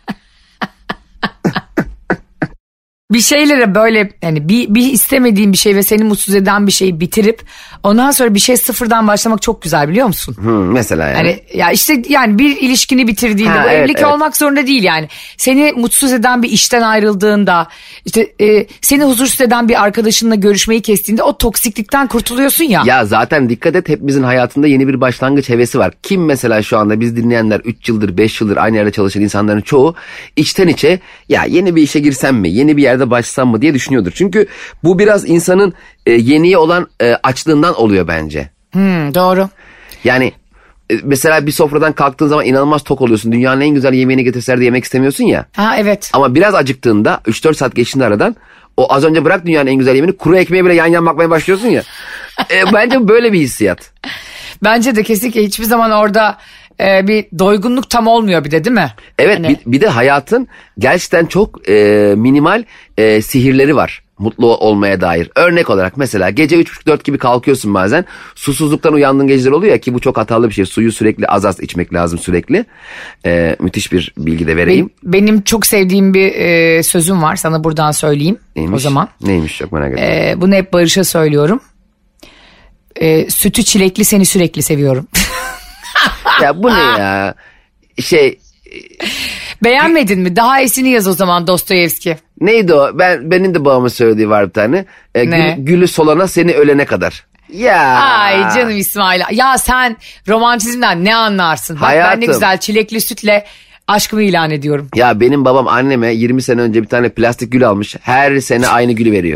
Bir şeylere böyle yani bir, bir istemediğin bir şey ve seni mutsuz eden bir şeyi bitirip ondan sonra bir şey sıfırdan başlamak çok güzel, biliyor musun? Hmm, mesela yani. Yani ya işte yani bir ilişkini bitirdiğinde, ha, bu evet, evlilik evet. olmak zorunda değil yani. Seni mutsuz eden bir işten ayrıldığında, işte e, seni huzursuz eden bir arkadaşınla görüşmeyi kestiğinde o toksiklikten kurtuluyorsun ya. Ya zaten dikkat et, hepimizin hayatında yeni bir başlangıç hevesi var. Kim mesela şu anda biz dinleyenler üç yıldır beş yıldır aynı yerde çalışan insanların çoğu içten içe ya yeni bir işe girsem mi, yeni bir yerde başlasam mı diye düşünüyordur. Çünkü bu biraz insanın e, yeniye olan e, açlığından oluyor bence. Hmm, doğru. Yani e, mesela bir sofradan kalktığın zaman inanılmaz tok oluyorsun. Dünyanın en güzel yemeğini getirseler de yemek istemiyorsun ya. Ha evet. Ama biraz acıktığında üç dört saat geçtiğinde aradan o az önce bırak dünyanın en güzel yemeğini, kuru ekmeğe bile yan yan bakmaya başlıyorsun ya. e, bence böyle bir hissiyat. Bence de kesinlikle hiçbir zaman orada e, bir doygunluk tam olmuyor bir de, değil mi? Evet hani... bir, bir de hayatın gerçekten çok e, minimal e, sihirleri var mutlu olmaya dair. Örnek olarak mesela gece üç buçuk dört gibi kalkıyorsun bazen. Susuzluktan uyandığın geceler oluyor ya, ki bu çok hatalı bir şey. Suyu sürekli az az içmek lazım sürekli. E, müthiş bir bilgi de vereyim. Benim, benim çok sevdiğim bir e, sözüm var, sana buradan söyleyeyim. Neymiş? O zaman. Neymiş, çok merak ettim. E, bunu hep Barış'a söylüyorum. E, sütü çilekli seni sürekli seviyorum. Ya bu ne ya? Şey... Beğenmedin mi? Daha esini yaz o zaman Dostoyevski. Neydi o? Ben benim de babamın söylediği var bir tane. E, Ne? gül, gülü solana seni ölene kadar. Ya. Ay canım İsmail. Ya sen romantizmden ne anlarsın? Bak Hayatım. ben ne güzel çilekli sütle aşkımı ilan ediyorum. Ya benim babam anneme yirmi sene önce bir tane plastik gül almış. Her sene aynı gülü veriyor.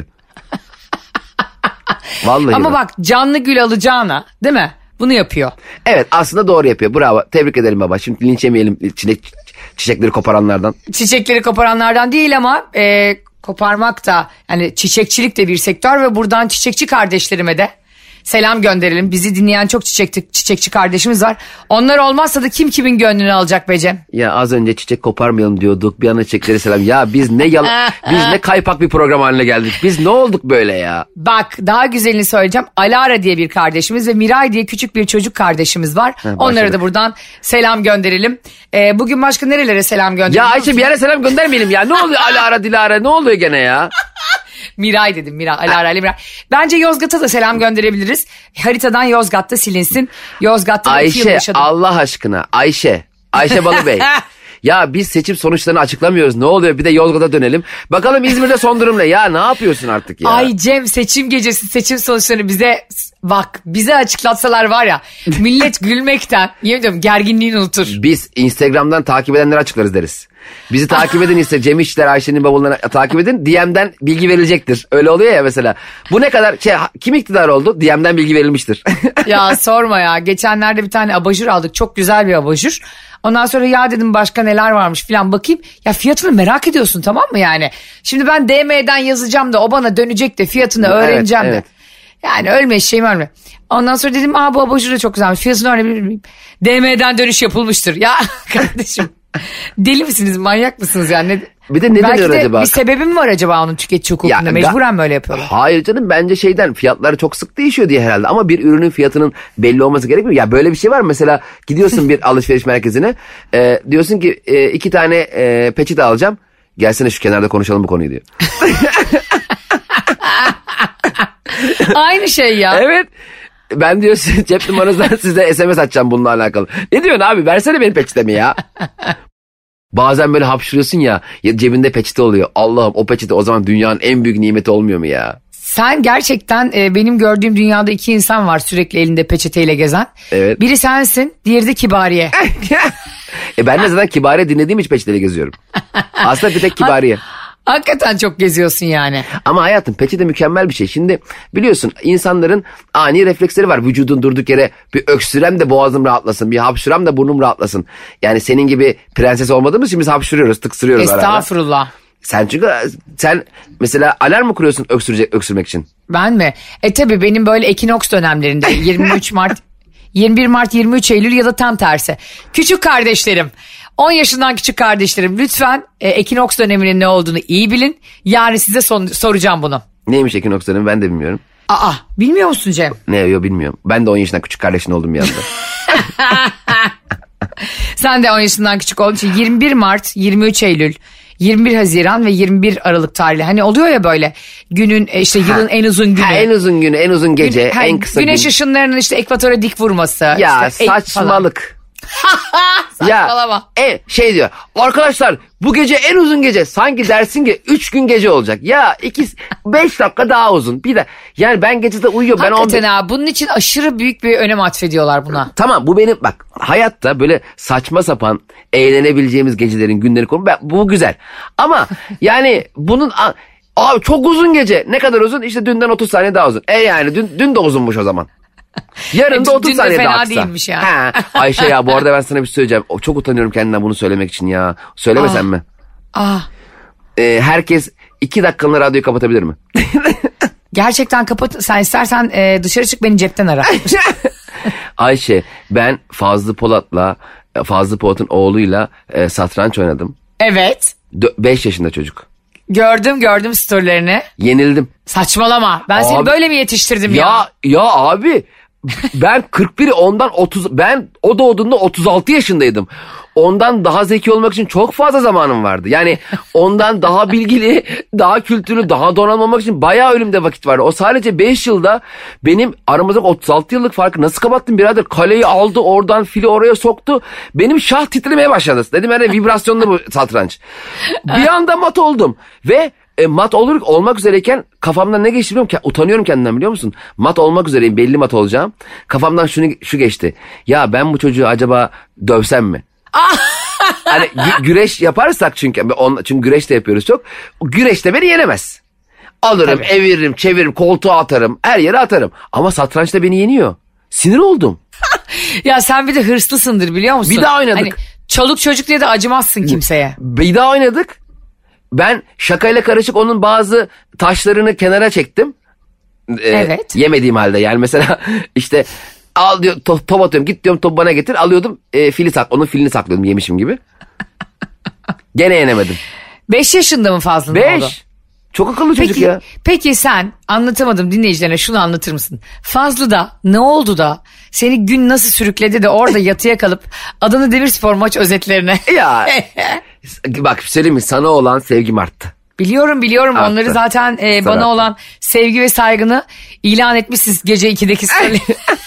Vallahi Ama bak. bak canlı gül alacağına, değil mi? Bunu yapıyor. Evet, aslında doğru yapıyor. Bravo. Tebrik edelim baba. Şimdi linç yemeyelim çilek, çiçekleri koparanlardan. Çiçekleri koparanlardan değil ama e, koparmak da yani çiçekçilik de bir sektör ve buradan çiçekçi kardeşlerime de selam gönderelim. Bizi dinleyen çok çiçekçi, çiçekçi kardeşimiz var. Onlar olmazsa da kim kimin gönlünü alacak be Cem? Ya az önce çiçek koparmayalım diyorduk. Bir anda çiçeklere selam. Ya biz ne yalan, biz ne kaypak bir program haline geldik. Biz ne olduk böyle ya? Bak daha güzelini söyleyeceğim. Alara diye bir kardeşimiz ve Miray diye küçük bir çocuk kardeşimiz var. Heh, Onlara da buradan selam gönderelim. Ee, bugün başka nerelere selam gönderelim? Ya Ayşe bir yere selam göndermeyelim ya. Ne oluyor Alara Dilara, ne oluyor gene ya? Miray dedim, Miray. Alara ile Miray. Bence Yozgat'a da selam gönderebiliriz. Haritadan Yozgat'ta silinsin. Yozgat'ta iki yıl Ayşe yaşadım. Allah aşkına Ayşe. Ayşe Balıbey. Ya biz seçim sonuçlarını açıklamıyoruz. Ne oluyor? Bir de Yozgat'a dönelim. Bakalım İzmir'de son durum ne? Ya ne yapıyorsun artık ya? Ay Cem, seçim gecesi seçim sonuçlarını bize bak bize açıklatsalar var ya, millet gülmekten yemin ediyorum gerginliğini unutur. Biz Instagram'dan takip edenleri açıklarız deriz. Bizi takip edin, ise Cem İşler, Ayşe'nin bavullarını takip edin. D M'den bilgi verilecektir. Öyle oluyor ya mesela. Bu ne kadar şey, kim iktidar oldu? D M'den bilgi verilmiştir. Ya sorma ya. Geçenlerde bir tane abajur aldık. Çok güzel bir abajur. Ondan sonra ya dedim başka neler varmış falan bakayım. Ya fiyatını merak ediyorsun, tamam mı yani? Şimdi ben D M'den yazacağım da o bana dönecek de fiyatını öğreneceğim evet, de. evet. Yani ölme şeyim ölme. Ondan sonra dedim aa bu abajur da çok güzelmiş. Fiyatını öğrenebilir miyim? D M'den dönüş yapılmıştır. Ya kardeşim deli misiniz, manyak mısınız yani? Bir de ne Belki deniyor de acaba? bir sebebi mi var acaba onun tüketici hukukunda? Ya, Mecburen mi öyle yapıyorlar? Hayır canım, bence şeyden, fiyatları çok sık değişiyor diye herhalde. Ama bir ürünün fiyatının belli olması gerekmiyor. Ya böyle bir şey var mı? Mesela gidiyorsun bir alışveriş merkezine. E, diyorsun ki e, iki tane e, peçete alacağım. gelsene şu kenarda konuşalım bu konuyu diyor. Aynı şey ya. Evet. Ben diyor cep numaranızdan size S M S atacağım bununla alakalı. Ne diyorsun abi, versene benim peçetemi ya. Bazen böyle hapşırıyorsun ya, ya cebinde peçete oluyor. Allah'ım, o peçete o zaman dünyanın en büyük nimeti olmuyor mu ya? Sen gerçekten e, benim gördüğüm dünyada iki insan var sürekli elinde peçeteyle gezen. Evet. Biri sensin, diğeri de Kibariye. e ben de zaten Kibariye dinlediğim için peçeteyle geziyorum. Aslında bir tek Kibariye. Hakikaten çok geziyorsun yani. Ama hayatım, peçete mükemmel bir şey. Şimdi biliyorsun insanların ani refleksleri var. Vücudun durduk yere bir öksürem de boğazım rahatlasın, bir hapşuram da burnum rahatlasın. Yani senin gibi prenses olmadığımız için biz hapşuruyoruz, tıksırıyoruz. Estağfurullah. Arada. Sen çünkü sen mesela alarm mı kuruyorsun öksürecek, öksürmek için? Ben mi? E tabii benim böyle ekinoks dönemlerinde yirmi üç Mart, yirmi bir Mart, yirmi üç Eylül ya da tam tersi. Küçük kardeşlerim, on yaşından küçük kardeşlerim, lütfen e, ekinoks döneminin ne olduğunu iyi bilin. Yarın size son, soracağım bunu. Neymiş ekinoks dönemi, ben de bilmiyorum. Aa, bilmiyor musun Cem? Ne, yok bilmiyorum. Ben de on yaşından küçük kardeşin oldum bir anda. Sen de on yaşından küçük olduğun için yirmi bir Mart, yirmi üç Eylül, yirmi bir Haziran ve yirmi bir Aralık tarihli. Hani oluyor ya böyle günün işte yılın ha. en uzun günü. Ha, en uzun günü, en uzun gece, Gün, en kısa güneş gün. ışınlarının işte ekvatora dik vurması. Ya işte, saçmalık. Saçmalama. Ya e, şey diyor arkadaşlar, bu gece en uzun gece, sanki dersin ki üç gün gece olacak. Ya iki beş dakika daha uzun. Bir de yani ben gecede uyuyorum. Hakikaten ben ha, bunun için aşırı büyük bir önem atfediyorlar buna. Tamam, bu benim bak hayatta böyle saçma sapan eğlenebileceğimiz gecelerin günleri konu, ben, bu güzel. Ama yani bunun abi çok uzun gece, ne kadar uzun, işte dünden otuz saniye daha uzun. E yani dün, dün de uzunmuş o zaman. Yarın da otuz saniye daha kısa. Değilmiş yani. Ha, Ayşe ya, bu arada ben sana bir şey söyleyeceğim. Çok utanıyorum kendimden bunu söylemek için ya. Söylemesem mi? Ah. Ee, herkes iki dakikalığına radyoyu kapatabilir mi? Gerçekten kapat. Sen istersen e, dışarı çık, beni cepten ara. Ayşe, ben Fazlı Polat'la, Fazlı Polat'ın oğluyla e, satranç oynadım. Evet. beş yaşında çocuk. Gördüm gördüm storylerini. Yenildim. Saçmalama. Ben abi, seni böyle mi yetiştirdim ya? Ya ya abi, ben kırk bir, ondan otuz, ben o doğduğunda otuz altı yaşındaydım. Ondan daha zeki olmak için çok fazla zamanım vardı. Yani ondan daha bilgili, daha kültürlü, daha donanmamak için bayağı önümde vakit vardı. O sadece beş yılda benim aramızdaki otuz altı yıllık farkı nasıl kapattım birader? Kaleyi aldı, oradan fili oraya soktu. Benim şah titremeye başladı. Dedim yani vibrasyonlu bu satranç. Bir anda mat oldum ve E, mat olur olmak üzereyken kafamdan ne geçti biliyor musun? Utanıyorum kendimden, biliyor musun? Mat olmak üzereyim, belli mat olacağım. Kafamdan şunu şu geçti. Ya ben bu çocuğu acaba dövsem mi? Hani gü- güreş yaparsak çünkü on, çünkü güreş de yapıyoruz çok. Güreşte beni yenemez. Alırım, tabii, eviririm, çeviririm, koltuğa atarım, her yere atarım. Ama satrançta beni yeniyor. Sinir oldum. Ya sen bir de hırslısındır, biliyor musun? Bir daha oynadık. Hani, çoluk çocuk diye de acımazsın kimseye. Bir daha oynadık. Ben şakayla karışık onun bazı taşlarını kenara çektim. Ee, evet. Yemediğim halde yani, mesela işte al diyor, top, top atıyorum, git diyorum topu bana getir, alıyordum e, fili sak onun filini saklıyordum yemişim gibi. Gene yenemedim. Beş yaşında mı Fazlı'nın Beş. oldu? Çok akıllı peki, çocuk ya. Peki sen, anlatamadım dinleyicilerine, şunu anlatır mısın? Fazlı'da ne oldu da seni gün nasıl sürükledi de orada yatıya kalıp Adana Demirspor maç özetlerine. Ya bak söyleyeyim mi, sana olan sevgim arttı. Biliyorum biliyorum arttı. Onları zaten e, bana arttı. olan sevgi ve saygını ilan etmişsiniz gece ikideki story.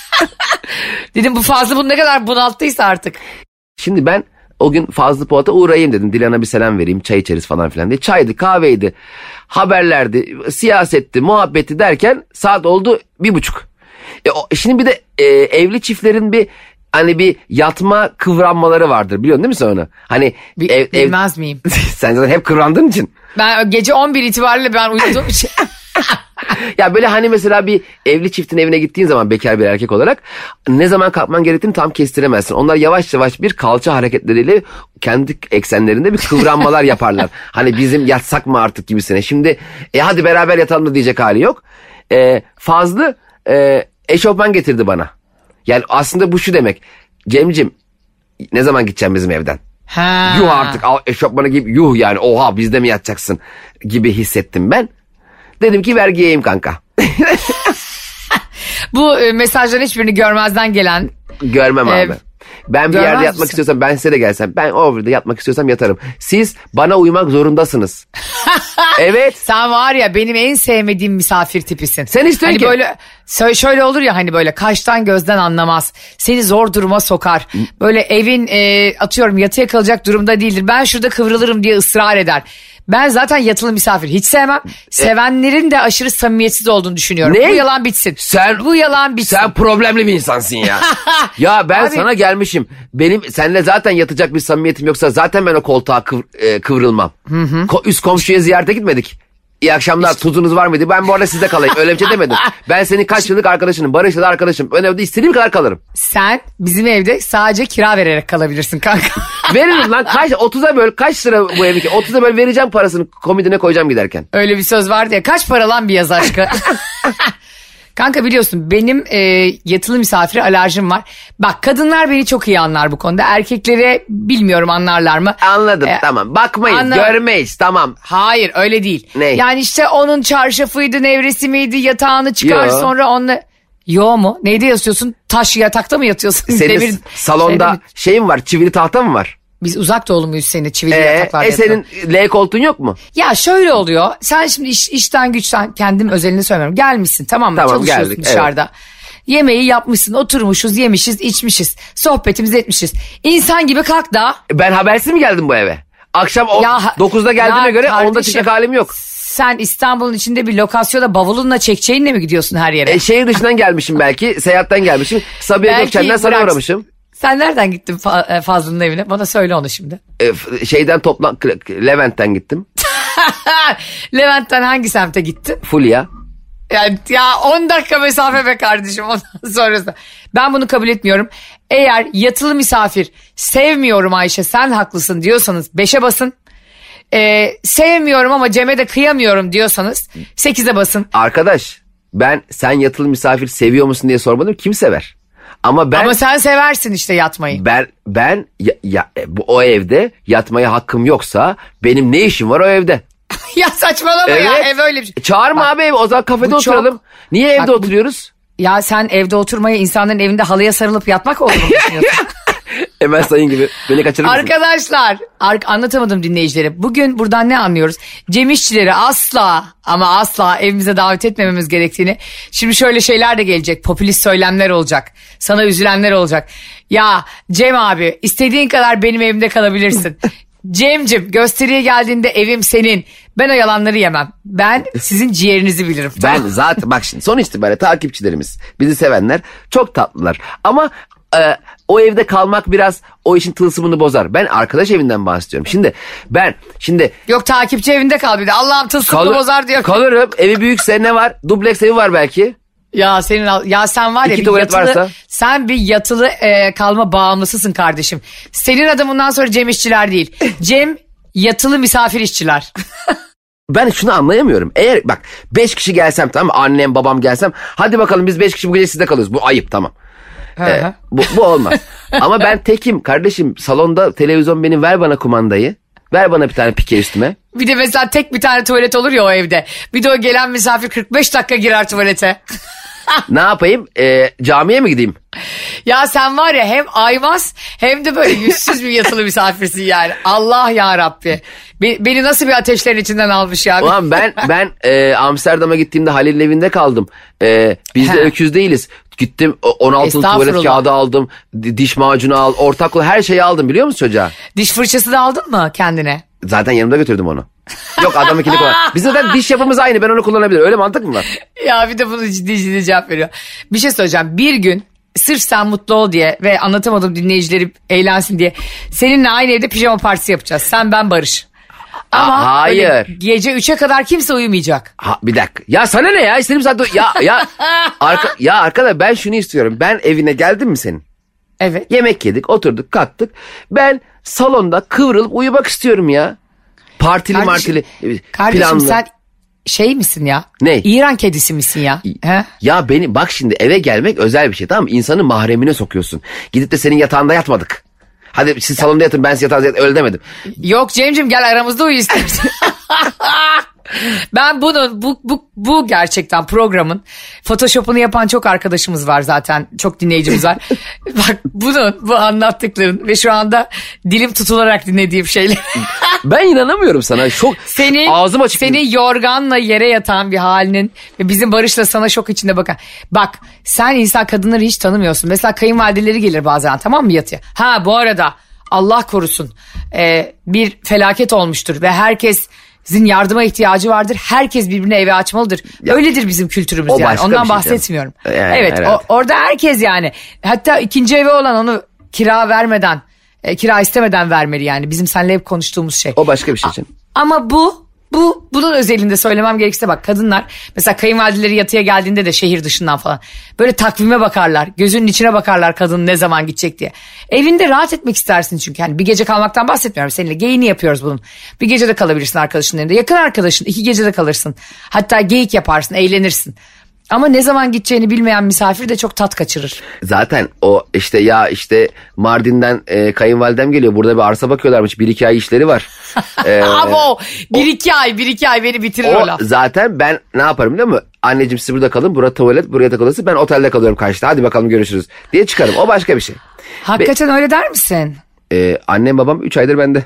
Dedim bu Fazlı bunu ne kadar bunalttıysa artık. Şimdi ben o gün Fazlı Polat'a uğrayayım dedim. Dilan'a bir selam vereyim, çay içeriz falan filan diye. Çaydı, kahveydi, haberlerdi, siyasetti, muhabbeti derken saat oldu bir buçuk. E, o, şimdi bir de e, evli çiftlerin bir hani bir yatma kıvranmaları vardır, biliyorsun değil mi sen onu? Hani Bi- ev, bilmez ev... miyim? Sen zaten hep kıvrandığın için. Ben gece on bir itibariyle ben uyuduğum için. Ya böyle hani mesela bir evli çiftin evine gittiğin zaman bekar bir erkek olarak ne zaman kalkman gerektiğini tam kestiremezsin. Onlar yavaş yavaş bir kalça hareketleriyle kendi eksenlerinde bir kıvranmalar yaparlar. Hani bizim yatsak mı artık gibisine. Şimdi e hadi beraber yatalım da diyecek hali yok. E, Fazlı e, eşofman getirdi bana. Yani aslında bu şu demek. Cemcim, ne zaman gideceğim bizim evden? Ha. Yuh artık, al eşofmanı giyip yuh yani, oha bizde mi yatacaksın gibi hissettim ben. Dedim ki ver giyeyim kanka. Bu e, mesajların hiçbirini görmezden gelen. Görmem e, abi. Ben bir Görmez yerde yatmak misin? istiyorsam ben size de gelsem. Ben o evde yatmak istiyorsam yatarım. Siz bana uymak zorundasınız. Evet. Sen var ya benim en sevmediğim misafir tipisin. Sen istiyorsun hani ki. böyle sö- şöyle olur ya hani böyle kaştan gözden anlamaz. Seni zor duruma sokar. Böyle evin e, atıyorum yatıya kalacak durumda değildir. Ben şurada kıvrılırım diye ısrar eder. Ben zaten yatılı misafir hiç sevmem. Sevenlerin de aşırı samimiyetsiz olduğunu düşünüyorum. Ne? Bu yalan bitsin. Sen- Bu yalan bitsin. Sen problemli bir insansın ya. Ya ben Abi- sana gelmişim. Benim seninle zaten yatacak bir samimiyetim yoksa zaten ben o koltuğa kıv- e, kıvrılmam. Ko- üst komşuya ziyarete gitmedik. İyi akşamlar, tuzunuz var mıydı? Ben bu arada sizde kalayım. Öyle bir şey demedim. Ben senin kaç yıllık arkadaşınım. Barış'la da arkadaşım. Ben evde istediğim kadar kalırım. Sen bizim evde sadece kira vererek kalabilirsin kanka. Veririm lan. Kaç, otuza böl. Kaç lira bu evdeki? otuza böl vereceğim parasını. Komodine koyacağım giderken. Öyle bir söz vardı ya. Kaç para lan bir yaz aşkı? Kanka biliyorsun benim e, yatılı misafire alerjim var. Bak kadınlar beni çok iyi anlar bu konuda. Erkeklere bilmiyorum anlarlar mı? Anladım Ee, tamam. Bakmayız, anla- görmeyiz tamam. Hayır öyle değil. Ne? Yani işte onun çarşafıydı, nevresi miydi, yatağını çıkar Yo. sonra onunla... Yo mu? Neyde yatıyorsun? Taş yatakta mı yatıyorsun? Senin Demir- salonda şeyde mi? şeyin var, çivili tahta mı var? Biz uzak doğulu muyuz seninle çivili Ee, yataklarda e senin yatalım? L koltuğun yok mu? Ya şöyle oluyor. Sen şimdi iş, işten güçten kendim özelini söylemiyorum. Gelmişsin tamam mı? Tamam, Çalışıyorsun geldik, dışarıda. Yemeği yapmışsın, oturmuşuz, yemişiz, içmişiz. Sohbetimizi etmişiz. İnsan gibi kalk da. Ben habersiz mi geldim bu eve? Akşam Ya- dokuzda geldiğime ya göre onda kardeşim, çıkacak halim yok. Sen İstanbul'un içinde bir lokasyona bavulunla çekçeğinle mi gidiyorsun her yere? E, şehir dışından gelmişim belki. Seyahatten gelmişim. Sabiha Belki Gökçen'den sana bırak- uğramışım. Sen nereden gittin Fa- Fazlı'nın evine? Bana söyle onu şimdi. E, f- şeyden toplan Levent'ten gittim. Levent'ten hangi semte gittin? Fulya. Yani ya on dakika mesafe be kardeşim ondan sonrası. Ben bunu kabul etmiyorum. Eğer yatılı misafir sevmiyorum Ayşe sen haklısın diyorsanız beşe basın. Ee, sevmiyorum ama Cem'e de kıyamıyorum diyorsanız sekize basın. Arkadaş ben sen yatılı misafir seviyor musun diye sormadım. Kim sever? Ama ben Ama sen seversin işte yatmayı. ben ben ya, ya, e, bu o evde yatmaya hakkım yoksa benim ne işim var o evde? Ya saçmalama ya Evet. ev öyle bir şey. E, Çağırma Bak, abi ev. O zaman kafede bu çok- oturalım. Niye evde Bak, bu- oturuyoruz? Ya sen evde oturmayı insanların evinde halıya sarılıp yatmak olduğunu düşünüyorsun. Emel Sayın gibi. Beni kaçırır mısın? Arkadaşlar ar- anlatamadım dinleyicileri. Bugün buradan ne anlıyoruz? Cem İşçileri asla ama asla evimize davet etmememiz gerektiğini. Şimdi şöyle şeyler de gelecek. Popülist söylemler olacak. Sana üzülenler olacak. Ya Cem abi istediğin kadar benim evimde kalabilirsin. Cem'cim gösteriye geldiğinde evim senin. Ben o yalanları yemem. Ben sizin ciğerinizi bilirim. Ben zaten bak şimdi son itibariyle takipçilerimiz, bizi sevenler çok tatlılar. Ama e, o evde kalmak biraz o işin tılsımını bozar. Ben arkadaş evinden bahsediyorum. Şimdi ben şimdi Yok takipçi evinde kal bir de. Allah'ım tılsımını kalır- bozar diyor. kalırım. Evi büyükse ne var? Dubleks evi var belki. Ya senin al- ya sen var ya İki bir tuvalet yatılı, varsa? sen bir yatılı e, kalma bağımlısısın kardeşim. Senin adın bundan sonra Cem İşçiler değil. Cem yatılı misafir işçiler. Ben şunu anlayamıyorum. Eğer bak beş kişi gelsem tamam mı? Annem babam gelsem. Hadi bakalım biz beş kişi bu gece sizde kalıyoruz. Bu ayıp tamam. Ee, hı. bu, bu olmaz. Ama ben tekim kardeşim salonda televizyon benim ver bana kumandayı. Ver bana bir tane pike üstüme. Bir de mesela tek bir tane tuvalet olur ya o evde. Bir de o gelen misafir kırk beş dakika girer tuvalete. Ne yapayım? Ee, camiye mi gideyim? Ya sen var ya hem aymaz hem de böyle yüzsüz bir yatılı misafirsin yani. Allah ya Rabbi. Be- beni nasıl bir ateşlerin içinden almış ya. Ulan ben ben e, Amsterdam'a gittiğimde Halil'in evinde kaldım. E, biz de He. öküz değiliz. Gittim o- on altılı tuvalet Estağfurullah. kağıdı aldım. di- Diş macunu al. Ortaklı her şeyi aldım biliyor musun çocuğa? Diş fırçası da aldın mı kendine? Zaten yanımda götürdüm onu. Yok adamınkini kullan. Biz zaten diş yapımız aynı ben onu kullanabilirim. Öyle mantık mı var? Ya bir de bunu ciddi ciddi cevap veriyor. Bir şey söyleyeceğim. Bir gün sırf sen mutlu ol diye ve anlatamadım dinleyicileri eğlensin diye seninle aynı evde pijama partisi yapacağız. Sen ben Barış. Ama Aa, hayır. öyle gece üçe kadar kimse uyumayacak. Ha, bir dakika. Ya sana ne ya? İstediğim saatte... Ya, ya, arka, ya arkadaş ben şunu istiyorum. Ben evine geldim mi senin? Evet. Yemek yedik, oturduk, kalktık. Ben salonda kıvrılıp uyumak istiyorum ya. Partili Kardeşim, martili kardeşim planlı. sen şey misin ya? Ne? İran kedisi misin ya? He? Ya beni bak şimdi eve gelmek özel bir şey tamam mı? İnsanı mahremine sokuyorsun. Gidip de senin yatağında yatmadık. Hadi siz salonda yatın ben siz yatağınızda yatın öyle demedim. Yok Cem'cim gel aramızda uyu istersen. Ben bunun bu, bu, bu gerçekten programın Photoshop'unu yapan çok arkadaşımız var zaten. Çok dinleyicimiz var. Bak bunun bu anlattıkların ve şu anda dilim tutularak dinlediğim şeyler. Ben inanamıyorum sana. Çok senin, ağzım açık. Senin yorganla yere yatan bir halinin ve bizim Barış'la sana şok içinde bakan. Bak sen insan kadınları hiç tanımıyorsun. Mesela kayınvalideleri gelir bazen, tamam mı, yatıya. Ha bu arada Allah korusun e, bir felaket olmuştur ve herkesin yardıma ihtiyacı vardır. Herkes birbirine eve açmalıdır. Ya, öyledir bizim kültürümüz yani. Ondan şey bahsetmiyorum. Yani, evet o, orada herkes yani. Hatta ikinci evi olan onu kira vermeden, e, kira istemeden vermeli yani. Bizim seninle hep konuştuğumuz şey. O başka bir şey için. A, ama bu Bu bunun özelinde söylemem gerekirse bak, kadınlar mesela kayınvalideleri yatıya geldiğinde de şehir dışından falan böyle takvime bakarlar, gözünün içine bakarlar kadın ne zaman gidecek diye. Evinde rahat etmek istersin çünkü hani bir gece kalmaktan bahsetmiyorum, seninle geyini yapıyoruz bunun. Bir gece de kalabilirsin arkadaşının evinde, yakın arkadaşın iki gece de kalırsın, hatta geyik yaparsın, eğlenirsin. Ama ne zaman gideceğini bilmeyen misafir de çok tat kaçırır. Zaten o işte ya işte Mardin'den e, kayınvalidem geliyor. Burada bir arsa bakıyorlarmış. Bir iki ay işleri var. ee, Ama o bir iki ay bir iki ay beni bitirir o, o laf. Zaten ben ne yaparım biliyor musun? Anneciğim siz burada kalın. Burası tuvalet. Buraya da kalırsın. Ben otelde kalıyorum karşıda. Hadi bakalım görüşürüz diye çıkarım. O başka bir şey. Hakikaten Be- öyle der misin? E, annem babam üç aydır bende.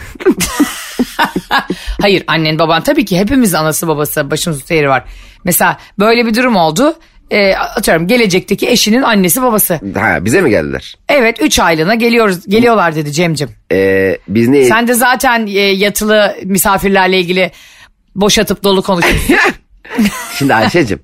Hayır, annen baban tabii ki hepimiz anası babası başımızın yeri var. Mesela böyle bir durum oldu. E, atıyorum gelecekteki eşinin annesi babası. Ha, bize mi geldiler? Evet, üç aylığına geliyoruz geliyorlar dedi Cem'cim. Ee, biz ne? Sen de zaten e, yatılı misafirlerle ilgili boşatıp dolu konuşuyorsun. Şimdi Ayşe'cim.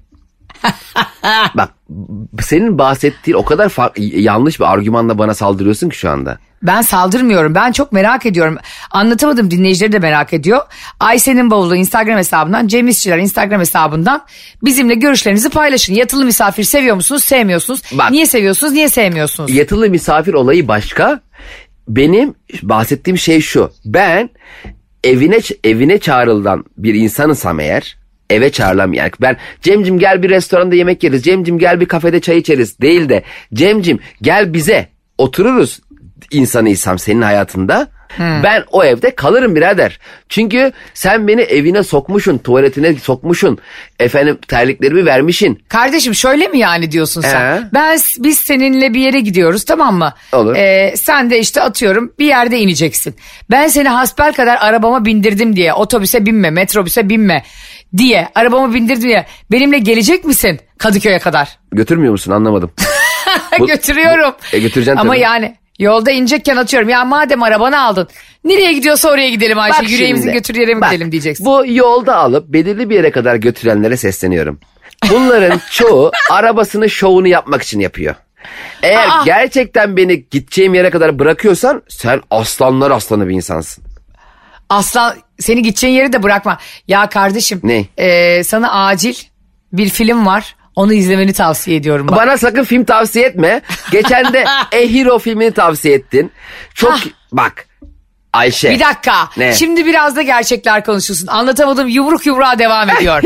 Bak senin bahsettiğin o kadar farklı, yanlış bir argümanla bana saldırıyorsun ki şu anda. Ben saldırmıyorum. Ben çok merak ediyorum. Anlatamadım, dinleyicileri de merak ediyor. Ayşe'nin bavulu Instagram hesabından, Cem İşçiler Instagram hesabından bizimle görüşlerinizi paylaşın. Yatılı misafir seviyor musunuz, sevmiyorsunuz? Bak, niye seviyorsunuz, niye sevmiyorsunuz? Yatılı misafir olayı başka. Benim bahsettiğim şey şu. Ben evine evine çağrılan bir insanırsam eğer, eve çağrılan yani ben Cemcim gel bir restoranda yemek yeriz, Cemcim gel bir kafede çay içeriz değil de Cemcim gel bize otururuz insanıysam senin hayatında, hmm. ben o evde kalırım birader. Çünkü sen beni evine sokmuşsun, tuvaletine sokmuşsun, efendim terliklerimi vermişsin. Kardeşim şöyle mi yani diyorsun sen? Ee? Ben biz seninle bir yere gidiyoruz, tamam mı? Olur. Ee, sen de işte atıyorum bir yerde ineceksin. Ben seni hasbelkader arabama bindirdim diye, otobüse binme, metrobüse binme diye arabama bindirdim diye benimle gelecek misin Kadıköy'e kadar? Götürmüyor musun, anlamadım. bu, Götürüyorum. Bu, e götüreceksin ama tabii. Yani yolda inecekken atıyorum ya, madem arabanı aldın nereye gidiyorsa oraya gidelim Ayşe, yüreğimizin götür yere mi gidelim diyeceksin. Bu yolda alıp belirli bir yere kadar götürenlere sesleniyorum. Bunların çoğu arabasının şovunu yapmak için yapıyor. Eğer Aa. gerçekten beni gideceğim yere kadar bırakıyorsan sen aslanlar aslanı bir insansın. Aslan, seni gideceğin yeri de bırakma. Ya kardeşim. Ne? E, sana acil bir film var. Onu izlemeni tavsiye ediyorum. Bak. Bana sakın film tavsiye etme. Geçen de A Hero filmini tavsiye ettin. Çok ah. Bak Ayşe. Bir dakika. Ne? Şimdi biraz da gerçekler konuşulsun. Anlatamadım, yumruk yumruğa devam ediyor.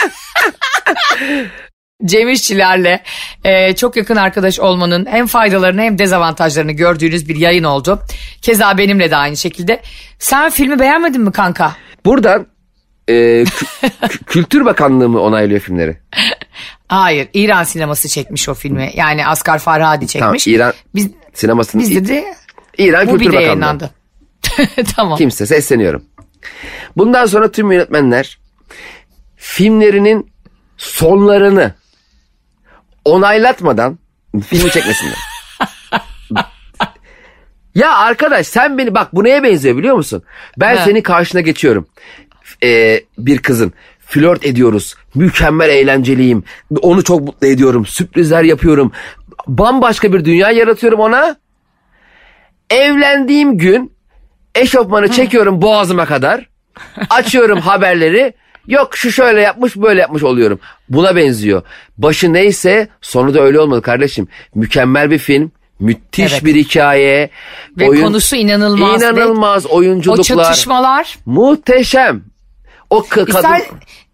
Cem İşçilerle e, çok yakın arkadaş olmanın hem faydalarını hem dezavantajlarını gördüğünüz bir yayın oldu. Keza benimle de aynı şekilde. Sen filmi beğenmedin mi kanka? Buradan e, kü- Kültür Bakanlığı mı onaylıyor filmleri? Hayır, İran sineması çekmiş o filmi. Yani Asghar Farhadi çekmiş. Tamam, İran biz, sinemasının... Biz dedi İran bu Kültür bir de Bakanlığı. yayınlandı. Tamam. Kimse, sesleniyorum. Bundan sonra tüm yönetmenler filmlerinin sonlarını onaylatmadan filmi çekmesinler. Ya arkadaş sen beni bak, bu neye benziyor biliyor musun? Ben He. senin karşına geçiyorum. Ee, bir kızın. Flört ediyoruz. Mükemmel eğlenceliyim. Onu çok mutlu ediyorum. Sürprizler yapıyorum. Bambaşka bir dünya yaratıyorum ona. Evlendiğim gün eşofmanı Hı. çekiyorum boğazıma kadar. Açıyorum haberleri. Yok şu şöyle yapmış böyle yapmış oluyorum. Buna benziyor. Başı neyse sonu da öyle olmalı kardeşim. Mükemmel bir film. Müthiş evet. bir hikaye. Ve oyun, konusu inanılmaz. İnanılmaz oyunculuklar. O çatışmalar. Muhteşem. O k- İster, kadın...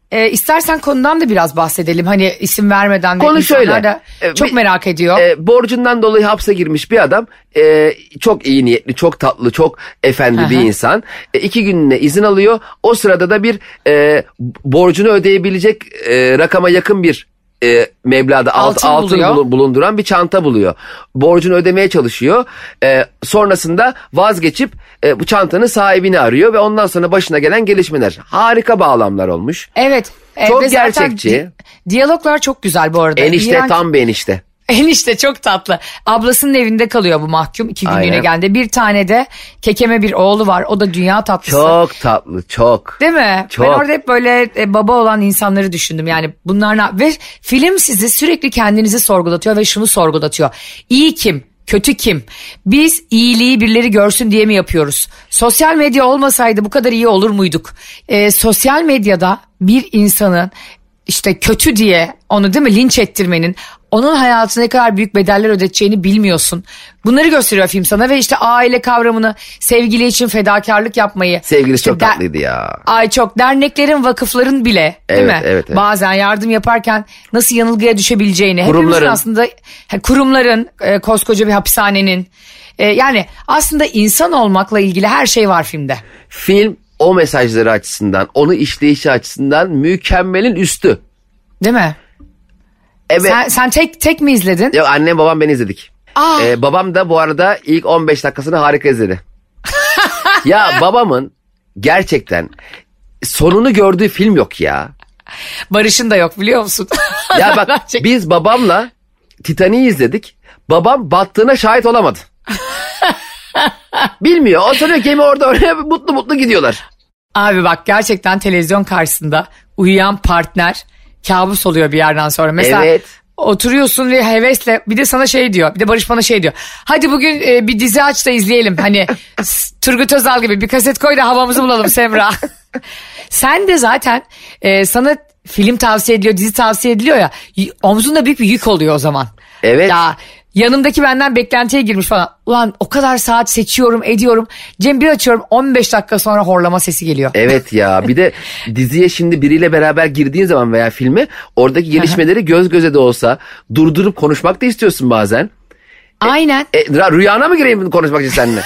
e, istersen konudan da biraz bahsedelim. Hani isim vermeden de Konu insanlar şöyle. da E, çok bir- merak ediyor. E, borcundan dolayı hapse girmiş bir adam. E, çok iyi niyetli, çok tatlı, çok efendi bir Aha. insan. E, iki günlüğüne izin alıyor. O sırada da bir e, borcunu ödeyebilecek e, rakama yakın bir e, meblağda altın, Altın altın buluyor. bulu- bulunduran bir çanta buluyor. Borcunu ödemeye çalışıyor. E, sonrasında vazgeçip e, bu çantanın sahibini arıyor ve ondan sonra başına gelen gelişmeler. Harika bağlamlar olmuş. Evet. e, Çok ve zaten gerçekçi. di- diyaloglar çok güzel bu arada. Enişte İran- tam bir enişte. Enişte çok tatlı. Ablasının evinde kalıyor bu mahkum iki günlüğüne Aynen. geldi. Bir tane de kekeme bir oğlu var. O da dünya tatlısı. Çok tatlı, çok. Değil mi? Çok. Ben orada hep böyle e, baba olan insanları düşündüm. Yani bunlar ne- ve film sizi sürekli kendinizi sorgulatıyor ve şunu sorgulatıyor. İyi kim? Kötü kim? Biz iyiliği birileri görsün diye mi yapıyoruz? Sosyal medya olmasaydı bu kadar iyi olur muyduk? E, sosyal medyada bir insanın işte kötü diye onu değil mi linç ettirmenin onun hayatına ne kadar büyük bedeller ödeteceğini bilmiyorsun. Bunları gösteriyor film sana ve işte aile kavramını, sevgili için fedakarlık yapmayı. Sevgilisi işte çok der- tatlıydı ya. Ay çok, derneklerin, vakıfların bile değil Evet, mi? evet, evet. Bazen yardım yaparken nasıl yanılgıya düşebileceğini. Hepimizin Kurumların. aslında ha, kurumların, e, koskoca bir hapishanenin. e, yani aslında insan olmakla ilgili her şey var filmde. Film o mesajları açısından, onu işleyişi açısından mükemmelin üstü. Değil mi? Evet. Sen, sen tek tek mi izledin? Yok, annem babam beni izledik. Aa. Ee, babam da bu arada ilk on beş dakikasını harika izledi. Ya babamın gerçekten sonunu gördüğü film yok ya. Barış'ın da yok biliyor musun? Ya bak Gerçekten. biz babamla Titanic'i izledik. Babam battığına şahit olamadı. Bilmiyor. O sonra gemi orada oraya mutlu mutlu gidiyorlar. Abi bak gerçekten televizyon karşısında uyuyan partner kabus oluyor bir yerden sonra. Mesela Evet. oturuyorsun ve hevesle bir de sana şey diyor. Bir de Barış bana şey diyor. Hadi bugün e, bir dizi aç da izleyelim. Hani s- Turgut Özal gibi bir kaset koy da havamızı bulalım Semra. Sen de zaten e, sana film tavsiye ediliyor, dizi tavsiye ediliyor ya. y- Omzunda büyük bir yük oluyor o zaman. Evet. Ya yanımdaki benden beklentiye girmiş falan. Ulan o kadar saat seçiyorum, ediyorum. Cem bir açıyorum on beş dakika sonra horlama sesi geliyor. Evet ya, bir de diziye şimdi biriyle beraber girdiğin zaman veya filme oradaki gelişmeleri göz göze de olsa durdurup konuşmak da istiyorsun bazen. Aynen. E, ra- rüyana mı gireyim konuşmak için seninle?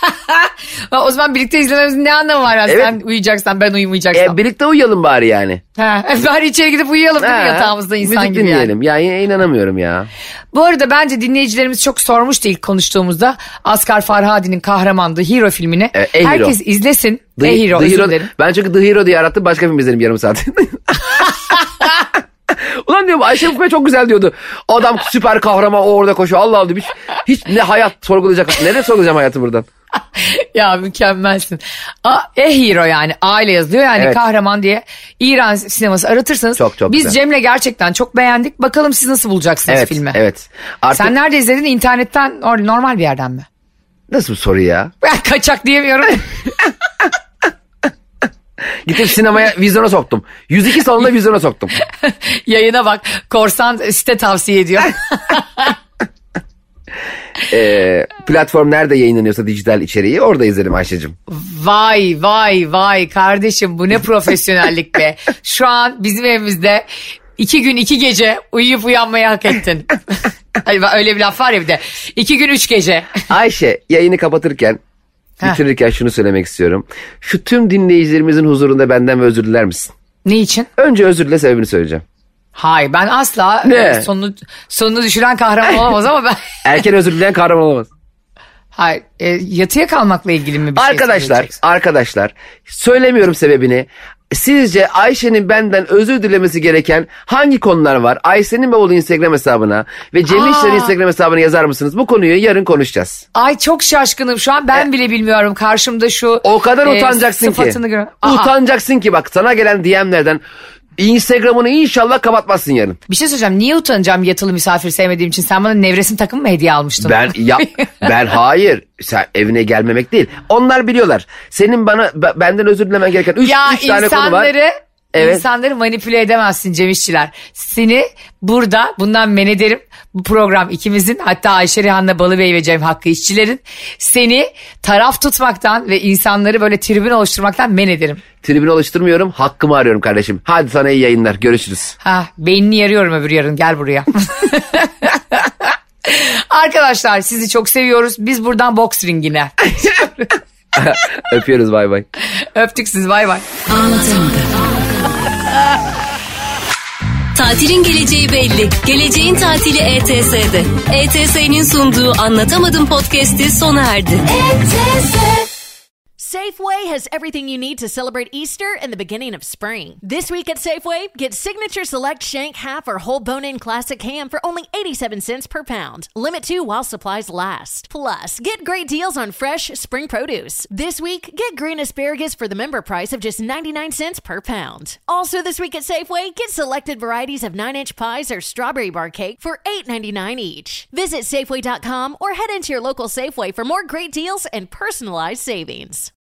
O zaman birlikte izlememizin ne anlamı var? Ya? Evet. Sen uyuyacaksan ben uyumayacaksam. E, birlikte uyuyalım bari yani. Ha, bari içeri gidip uyuyalım değil mi Ha, yatağımızda insan müzik gibi yani. dinleyelim. Ya yine inanamıyorum ya. Bu arada bence dinleyicilerimiz çok sormuştu ilk konuştuğumuzda. Asghar Farhadi'nin kahramandığı Hero filmini. E, E Hero. Herkes izlesin. The, E Hero, The özür Hero- dilerim. Ben çünkü The Hero diye arattım, başka film izledim yarım saat. Ulan diyorum Ayşe Kupe çok güzel diyordu. Adam süper kahraman, o orada koşuyor. Allah Allah, hiç, hiç ne hayat sorgulayacak. Nereye sorgulayacağım hayatı buradan? Ya mükemmelsin. A, E Hero yani aile yazılıyor yani Evet. kahraman diye İran sineması aratırsanız. Çok, çok biz güzel. Cem'le gerçekten çok beğendik. Bakalım siz nasıl bulacaksınız Evet, filmi? evet. Artık Sen nerede izledin? İnternetten or- normal bir yerden mi? nasıl bir soru ya? Ben kaçak diyemiyorum. Gidip sinemaya vizyona soktum. yüz iki salonda vizyona soktum. Yayına bak. Korsan site tavsiye ediyor. Ee, platform nerede yayınlanıyorsa dijital içeriği orada izledim Ayşe'cim. Vay vay vay kardeşim bu ne profesyonellik be. Şu an bizim evimizde iki gün iki gece uyuyup uyanmayı hak ettin. Hayır, öyle bir laf var ya bir de. İki gün üç gece. Ayşe, yayını kapatırken, Heh. bitirirken şunu söylemek istiyorum. Şu tüm dinleyicilerimizin huzurunda benden özür diler misin? Ne için? Önce özür dile, sebebini söyleyeceğim. Hayır ben asla Ne? e, sonunu, sonunu düşüren kahraman olamaz ama ben... Erken özür dileyen kahraman olamaz. Hayır e, yatıya kalmakla ilgili mi bir şey Arkadaşlar, söyleyeceksin? arkadaşlar söylemiyorum sebebini. Sizce Ayşe'nin benden özür dilemesi gereken hangi konular var? Ayşe'nin Bavulu Instagram hesabına ve Cem Aa. İşler'in Instagram hesabına yazar mısınız? Bu konuyu yarın konuşacağız. Ay çok şaşkınım şu an ben bile bilmiyorum karşımda şu... E, O kadar e, utanacaksın ki. sıfatını gör- Aa, Utanacaksın ki bak, sana gelen D M'lerden Instagram'ını inşallah kapatmazsın yarın. Bir şey söyleyeceğim niye utanacağım yatılı misafir sevmediğim için sen bana nevresim takımı mı hediye almıştın? Ben ya ben hayır. Sen evine gelmemek değil. Onlar biliyorlar. Senin bana b- benden özür dilemen gereken üç, Ya üç tane konu var. insanları Evet. İnsanları manipüle edemezsin Cem İşçiler. Seni burada bundan men ederim. Bu program ikimizin, hatta Ayşe Rihanna Balıbey ve Cem Hakkı İşçilerin, seni taraf tutmaktan ve insanları böyle tribün oluşturmaktan men ederim. Tribün oluşturmuyorum, hakkımı arıyorum kardeşim. Hadi sana iyi yayınlar, görüşürüz. Ha, beynini yarıyorum öbür yarın, gel buraya. Arkadaşlar sizi çok seviyoruz. Biz buradan boks ringine. Öpüyoruz, bay bay. Öptük siz, bay bay. Tatilin geleceği belli. Geleceğin tatili E T S'de. E T S'nin sunduğu Anlatamadım podcast'i sona erdi. E T S. Safeway has everything you need to celebrate Easter and the beginning of spring. This week at Safeway, get Signature Select Shank Half or Whole Bone-In Classic Ham for only eighty-seven cents per pound. Limit two while supplies last. Plus, get great deals on fresh spring produce. This week, get green asparagus for the member price of just ninety-nine cents per pound. Also this week at Safeway, get selected varieties of nine-inch pies or strawberry bar cake for eight ninety-nine each. Visit Safeway dot com or head into your local Safeway for more great deals and personalized savings.